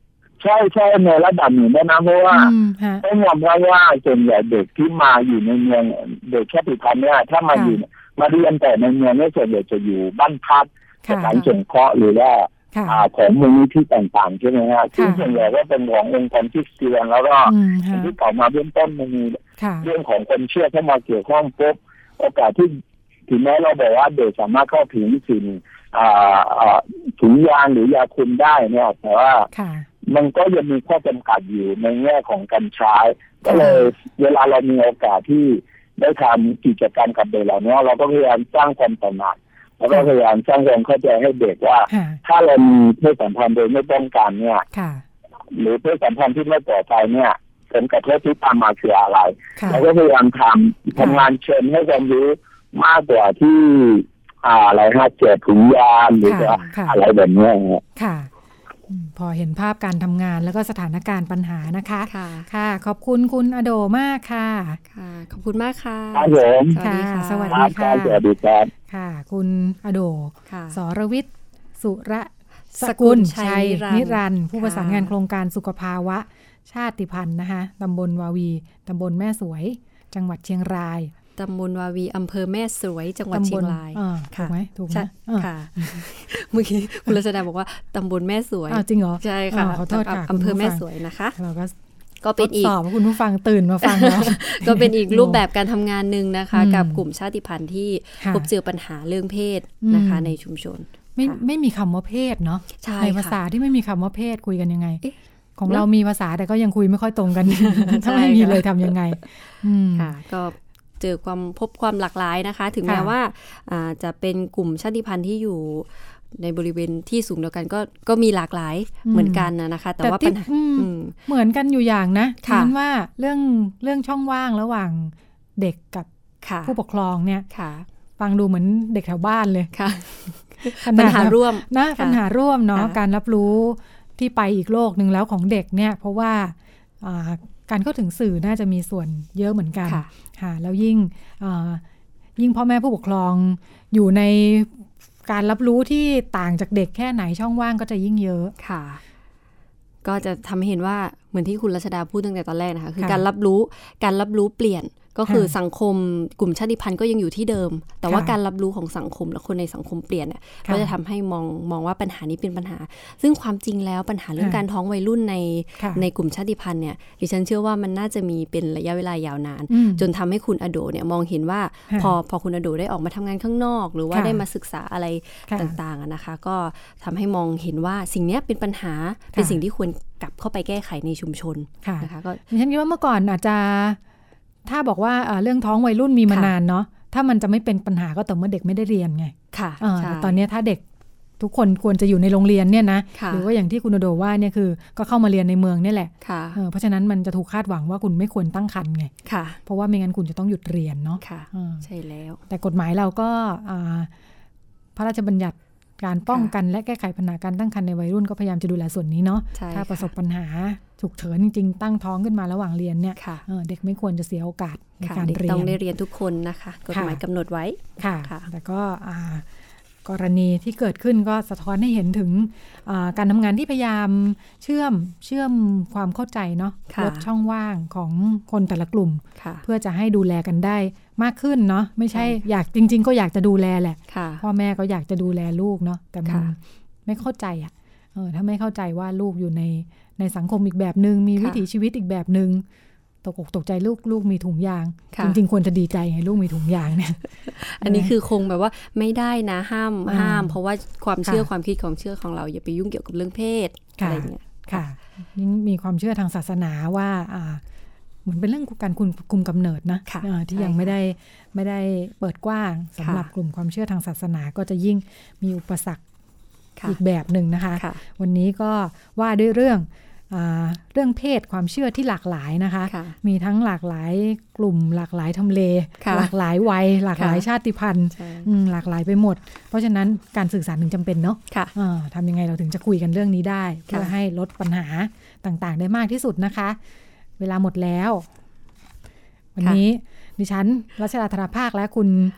ใช่ในระดับหนึ่งนะเพราะว่าต้องยอมรับว่าส่วนใหญ่เด็กที่มาอยู่ในเมืองเด็กชาติพันธุ์เนี่ยถ้ามาอยู่มาเรียนแต่ในเมืองเนี่ยส่วนใหญ่จะอยู่บ้านพักสถานสงเคราะห์หรือว่าของมูลนิธิต่างๆใช่ไหมฮะซึ่งส่วนใหญ่ก็เป็นขององค์กรคริสเตียนแล้วก็ที่ต่อมาเบื้องต้นมันมีเรื่องของความเชื่อเข้ามาเกี่ยวข้องปุ๊บโอกาสที่ถึงแม้เราบอกว่าเด็กสามารถเข้าถึงสิ่งถุงยางหรือยาคุมได้เนี่ยแต่ว่ามันก็ยังมีข้อจำกัดอยู่ในแง่ของการใช้ก็เลยเวลาเรามีโอกาสที่ได้ทำกิจกรรมกับเด็กเหล่านี้เราก็พยายามสร้างความตระหนักแล้วก็พยายามสร้างความเข้าใจให้เด็กว่าถ้าเรามีเพศสัมพันธ์โดยไม่ป้องกันเนี่ยหรือเพศสัมพันธ์ที่ไม่ปลอดภัยเนี่ยผลกระทบที่ตามมาคืออะไรเราก็พยายามทำงานเชิญให้ความรู้มากกว่าที่อะไรเจ็บถุงยาหรืออะไรแบบนี้ค่ะพอเห็นภาพการทำงานแล้วก็สถานการณ์ปัญหานะคะค่ะขอบคุณคุณอโดมากค่ะค่ะขอบคุณมากค่ะครับผมค่ะสวัสดีค่ะสวัสดีครับค่ะคุณอโดสรวิทย์สุรสกุลชัยนิรันดร์ผู้ประสานงานโครงการสุขภาวะชาติพันธุ์นะคะตำบลวาวีตำบลแม่สวยจังหวัดเชียงรายตำบลวาวีอำเภอแม่สวยจังหวัดเชียงรายถูกไหมถูกไหมค่ะเมื่อกี้คุณรัชดาบอกว่าตำบลแม่สวยจริงเหรอใช่ค่ะขอโทษค่ะอำเภอแม่สวยนะคะเราก็เป็นอีกสอบคุณผู้ฟังตื่นมาฟังแล้วก็เป็นอีกรูปแบบการทำงานหนึ่งนะคะกับกลุ่มชาติพันธุ์ที่พบเจอปัญหาเรื่องเพศนะคะในชุมชนไม่มีคำว่าเพศเนาะในภาษาที่ไม่มีคำว่าเพศคุยกันยังไงของเรามีภาษาแต่ก็ยังคุยไม่ค่อยตรงกันถ้าไม่มีเลยทำยังไงค่ะก็เจอความหลากหลายนะคะถึงแม้ว่าจะเป็นกลุ่มชาติพันธุ์ที่อยู่ในบริเวณที่สูงเดียวกันก็มีหลากหลายเหมือนกันนะคะแต่ว่าปัญหาเหมือนกันอยู่อย่างนะฉะนั้นว่าเรื่องช่องว่างระหว่างเด็กกับผู้ปกครองเนี่ยฟังดูเหมือนเด็กแถวบ้านเลยปัญหาร่วมนะปัญหาร่วมเนาะการรับรู้ที่ไปอีกโลกนึงแล้วของเด็กเนี่ยเพราะว่าการเข้าถึงสื่อน่าจะมีส่วนเยอะเหมือนกันค่ะแล้วยิ่งพ่อแม่ผู้ปกครองอยู่ในการรับรู้ที่ต่างจากเด็กแค่ไหนช่องว่างก็จะยิ่งเยอะค่ะก็จะทำให้เห็นว่าเหมือนที่คุณรัชดาพูดตั้งแต่ตอนแรกนะคะคือการรับรู้เปลี่ยนก็คือสังคมกลุ่มชาติพันธุ์ก็ยังอยู่ที่เดิมแต่ว่าการรับรู้ของสังคมและคนในสังคมเปลี่ยนเนี่ยก็จะทำให้มองว่าปัญหานี้เป็นปัญหาซึ่งความจริงแล้วปัญหาเรื่องการท้องวัยรุ่นในกลุ่มชาติพันธุ์เนี่ยดิฉันเชื่อว่ามันน่าจะมีเป็นระยะเวลายาวนานจนทำให้คุณอโดเนี่ยมองเห็นว่าพอคุณอโดได้ออกมาทำงานข้างนอกหรือว่าได้มาศึกษาอะไรต่างๆนะคะก็ทำให้มองเห็นว่าสิ่งนี้เป็นปัญหาเป็นสิ่งที่ควรกลับเข้าไปแก้ไขในชุมชนนะคะก็ดิฉันคิดว่าเมื่อก่อนอาจจะถ้าบอกว่าเรื่องท้องวัยรุ่นมีมานานเนาะถ้ามันจะไม่เป็นปัญหาก็ต่อเมื่อเด็กไม่ได้เรียนไงแต่ตอนนี้ถ้าเด็กทุกคนควรจะอยู่ในโรงเรียนเนี่ยนะหรือว่าอย่างที่คุณอโดว่าเนี่ยคือก็เข้ามาเรียนในเมืองนี่แหละเพราะฉะนั้นมันจะถูกคาดหวังว่าคุณไม่ควรตั้งครรภ์ไงเพราะว่าไม่งั้นคุณจะต้องหยุดเรียนเนาะใช่แล้วแต่กฎหมายเราก็พระราชบัญญัติการป้องกันและแก้ไขปัญหาการตั้งครรภ์ในวัยรุ่นก็พยายามจะดูแลส่วนนี้เนาะถ้าประสบปัญหาฉุกเฉินจริงๆตั้งท้องขึ้นมาระหว่างเรียนเนี่ยเด็กไม่ควรจะเสียโอกาสในการเรียนต้องได้เรียนทุกคนนะคะกฎหมายกำหนดไว้ค่ะแต่ก็กรณีที่เกิดขึ้นก็สะท้อนให้เห็นถึงการทำงานที่พยายามเชื่อมความเข้าใจเนาะลดช่องว่างของคนแต่ละกลุ่มเพื่อจะให้ดูแลกันได้มากขึ้นเนาะไม่ใช่จริงๆก็อยากจะดูแลแหละพ่อแม่ก็อยากจะดูแลลูกเนาะแต่มันไม่เข้าใจถ้าไม่เข้าใจว่าลูกอยู่ในสังคมอีกแบบนึงมีวิถีชีวิตอีกแบบนึงตกใจลูกมีถุงยางจริงๆควรจะดีใจไงลูกมีถุงยางเนี่ยอันนี้คือคงแบบว่าไม่ได้นะห้ามเพราะว่าความเชื่อความคิดของเชื่อของเราอย่าไปยุ่งเกี่ยวกับเรื่องเพศอะไรเงี้ยค่ะยิ่งมีความเชื่อทางศาสนาว่าเหมือนเป็นเรื่องการคุมกำเนิดนะที่ยังไม่ได้เปิดกว้างสำหรับกลุ่มความเชื่อทางศาสนาก็จะยิ่งมีอุปสรรคอีกแบบหนึ่งนะคะวันนี้ก็ว่าด้วยเรื่องเพศความเชื่อที่หลากหลายนะคะมีทั้งหลากหลายกลุ่มหลากหลายทำเลหลากหลายวัยหลากหลายชาติพันธุ์หลากหลายไปหมดเพราะฉะนั้นการสื่อสารถึงจำเป็นเนาะทำยังไงเราถึงจะคุยกันเรื่องนี้ได้เพื่อให้ลดปัญหาต่างๆได้มากที่สุดนะคะเวลาหมดแล้ววันนี้ดิฉันรัชดาธราภาคและคุณ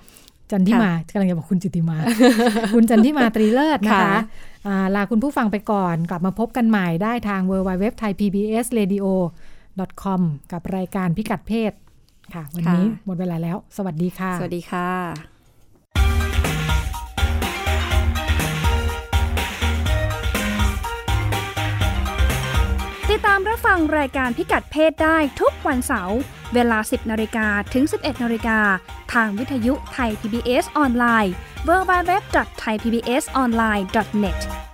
จันทิมากำลังจะบอกคุณจิตติมา คุณจันทิมาตรีเลิศนะคะลาคุณผู้ฟังไปก่อนกลับมาพบกันใหม่ได้ทาง www.thaipbsradio.com กับรายการพิกัดเพศค่ะวันนี้หมดเวลาแล้วสวัสดีค่ะสวัสดีค่ะติดตามรับฟังรายการพิกัดเพศได้ทุกวันเสาร์เวลา 10:00 นถึง 11:00 นทางวิทยุไทย PBS ออนไลน์ www.thaipbsonline.net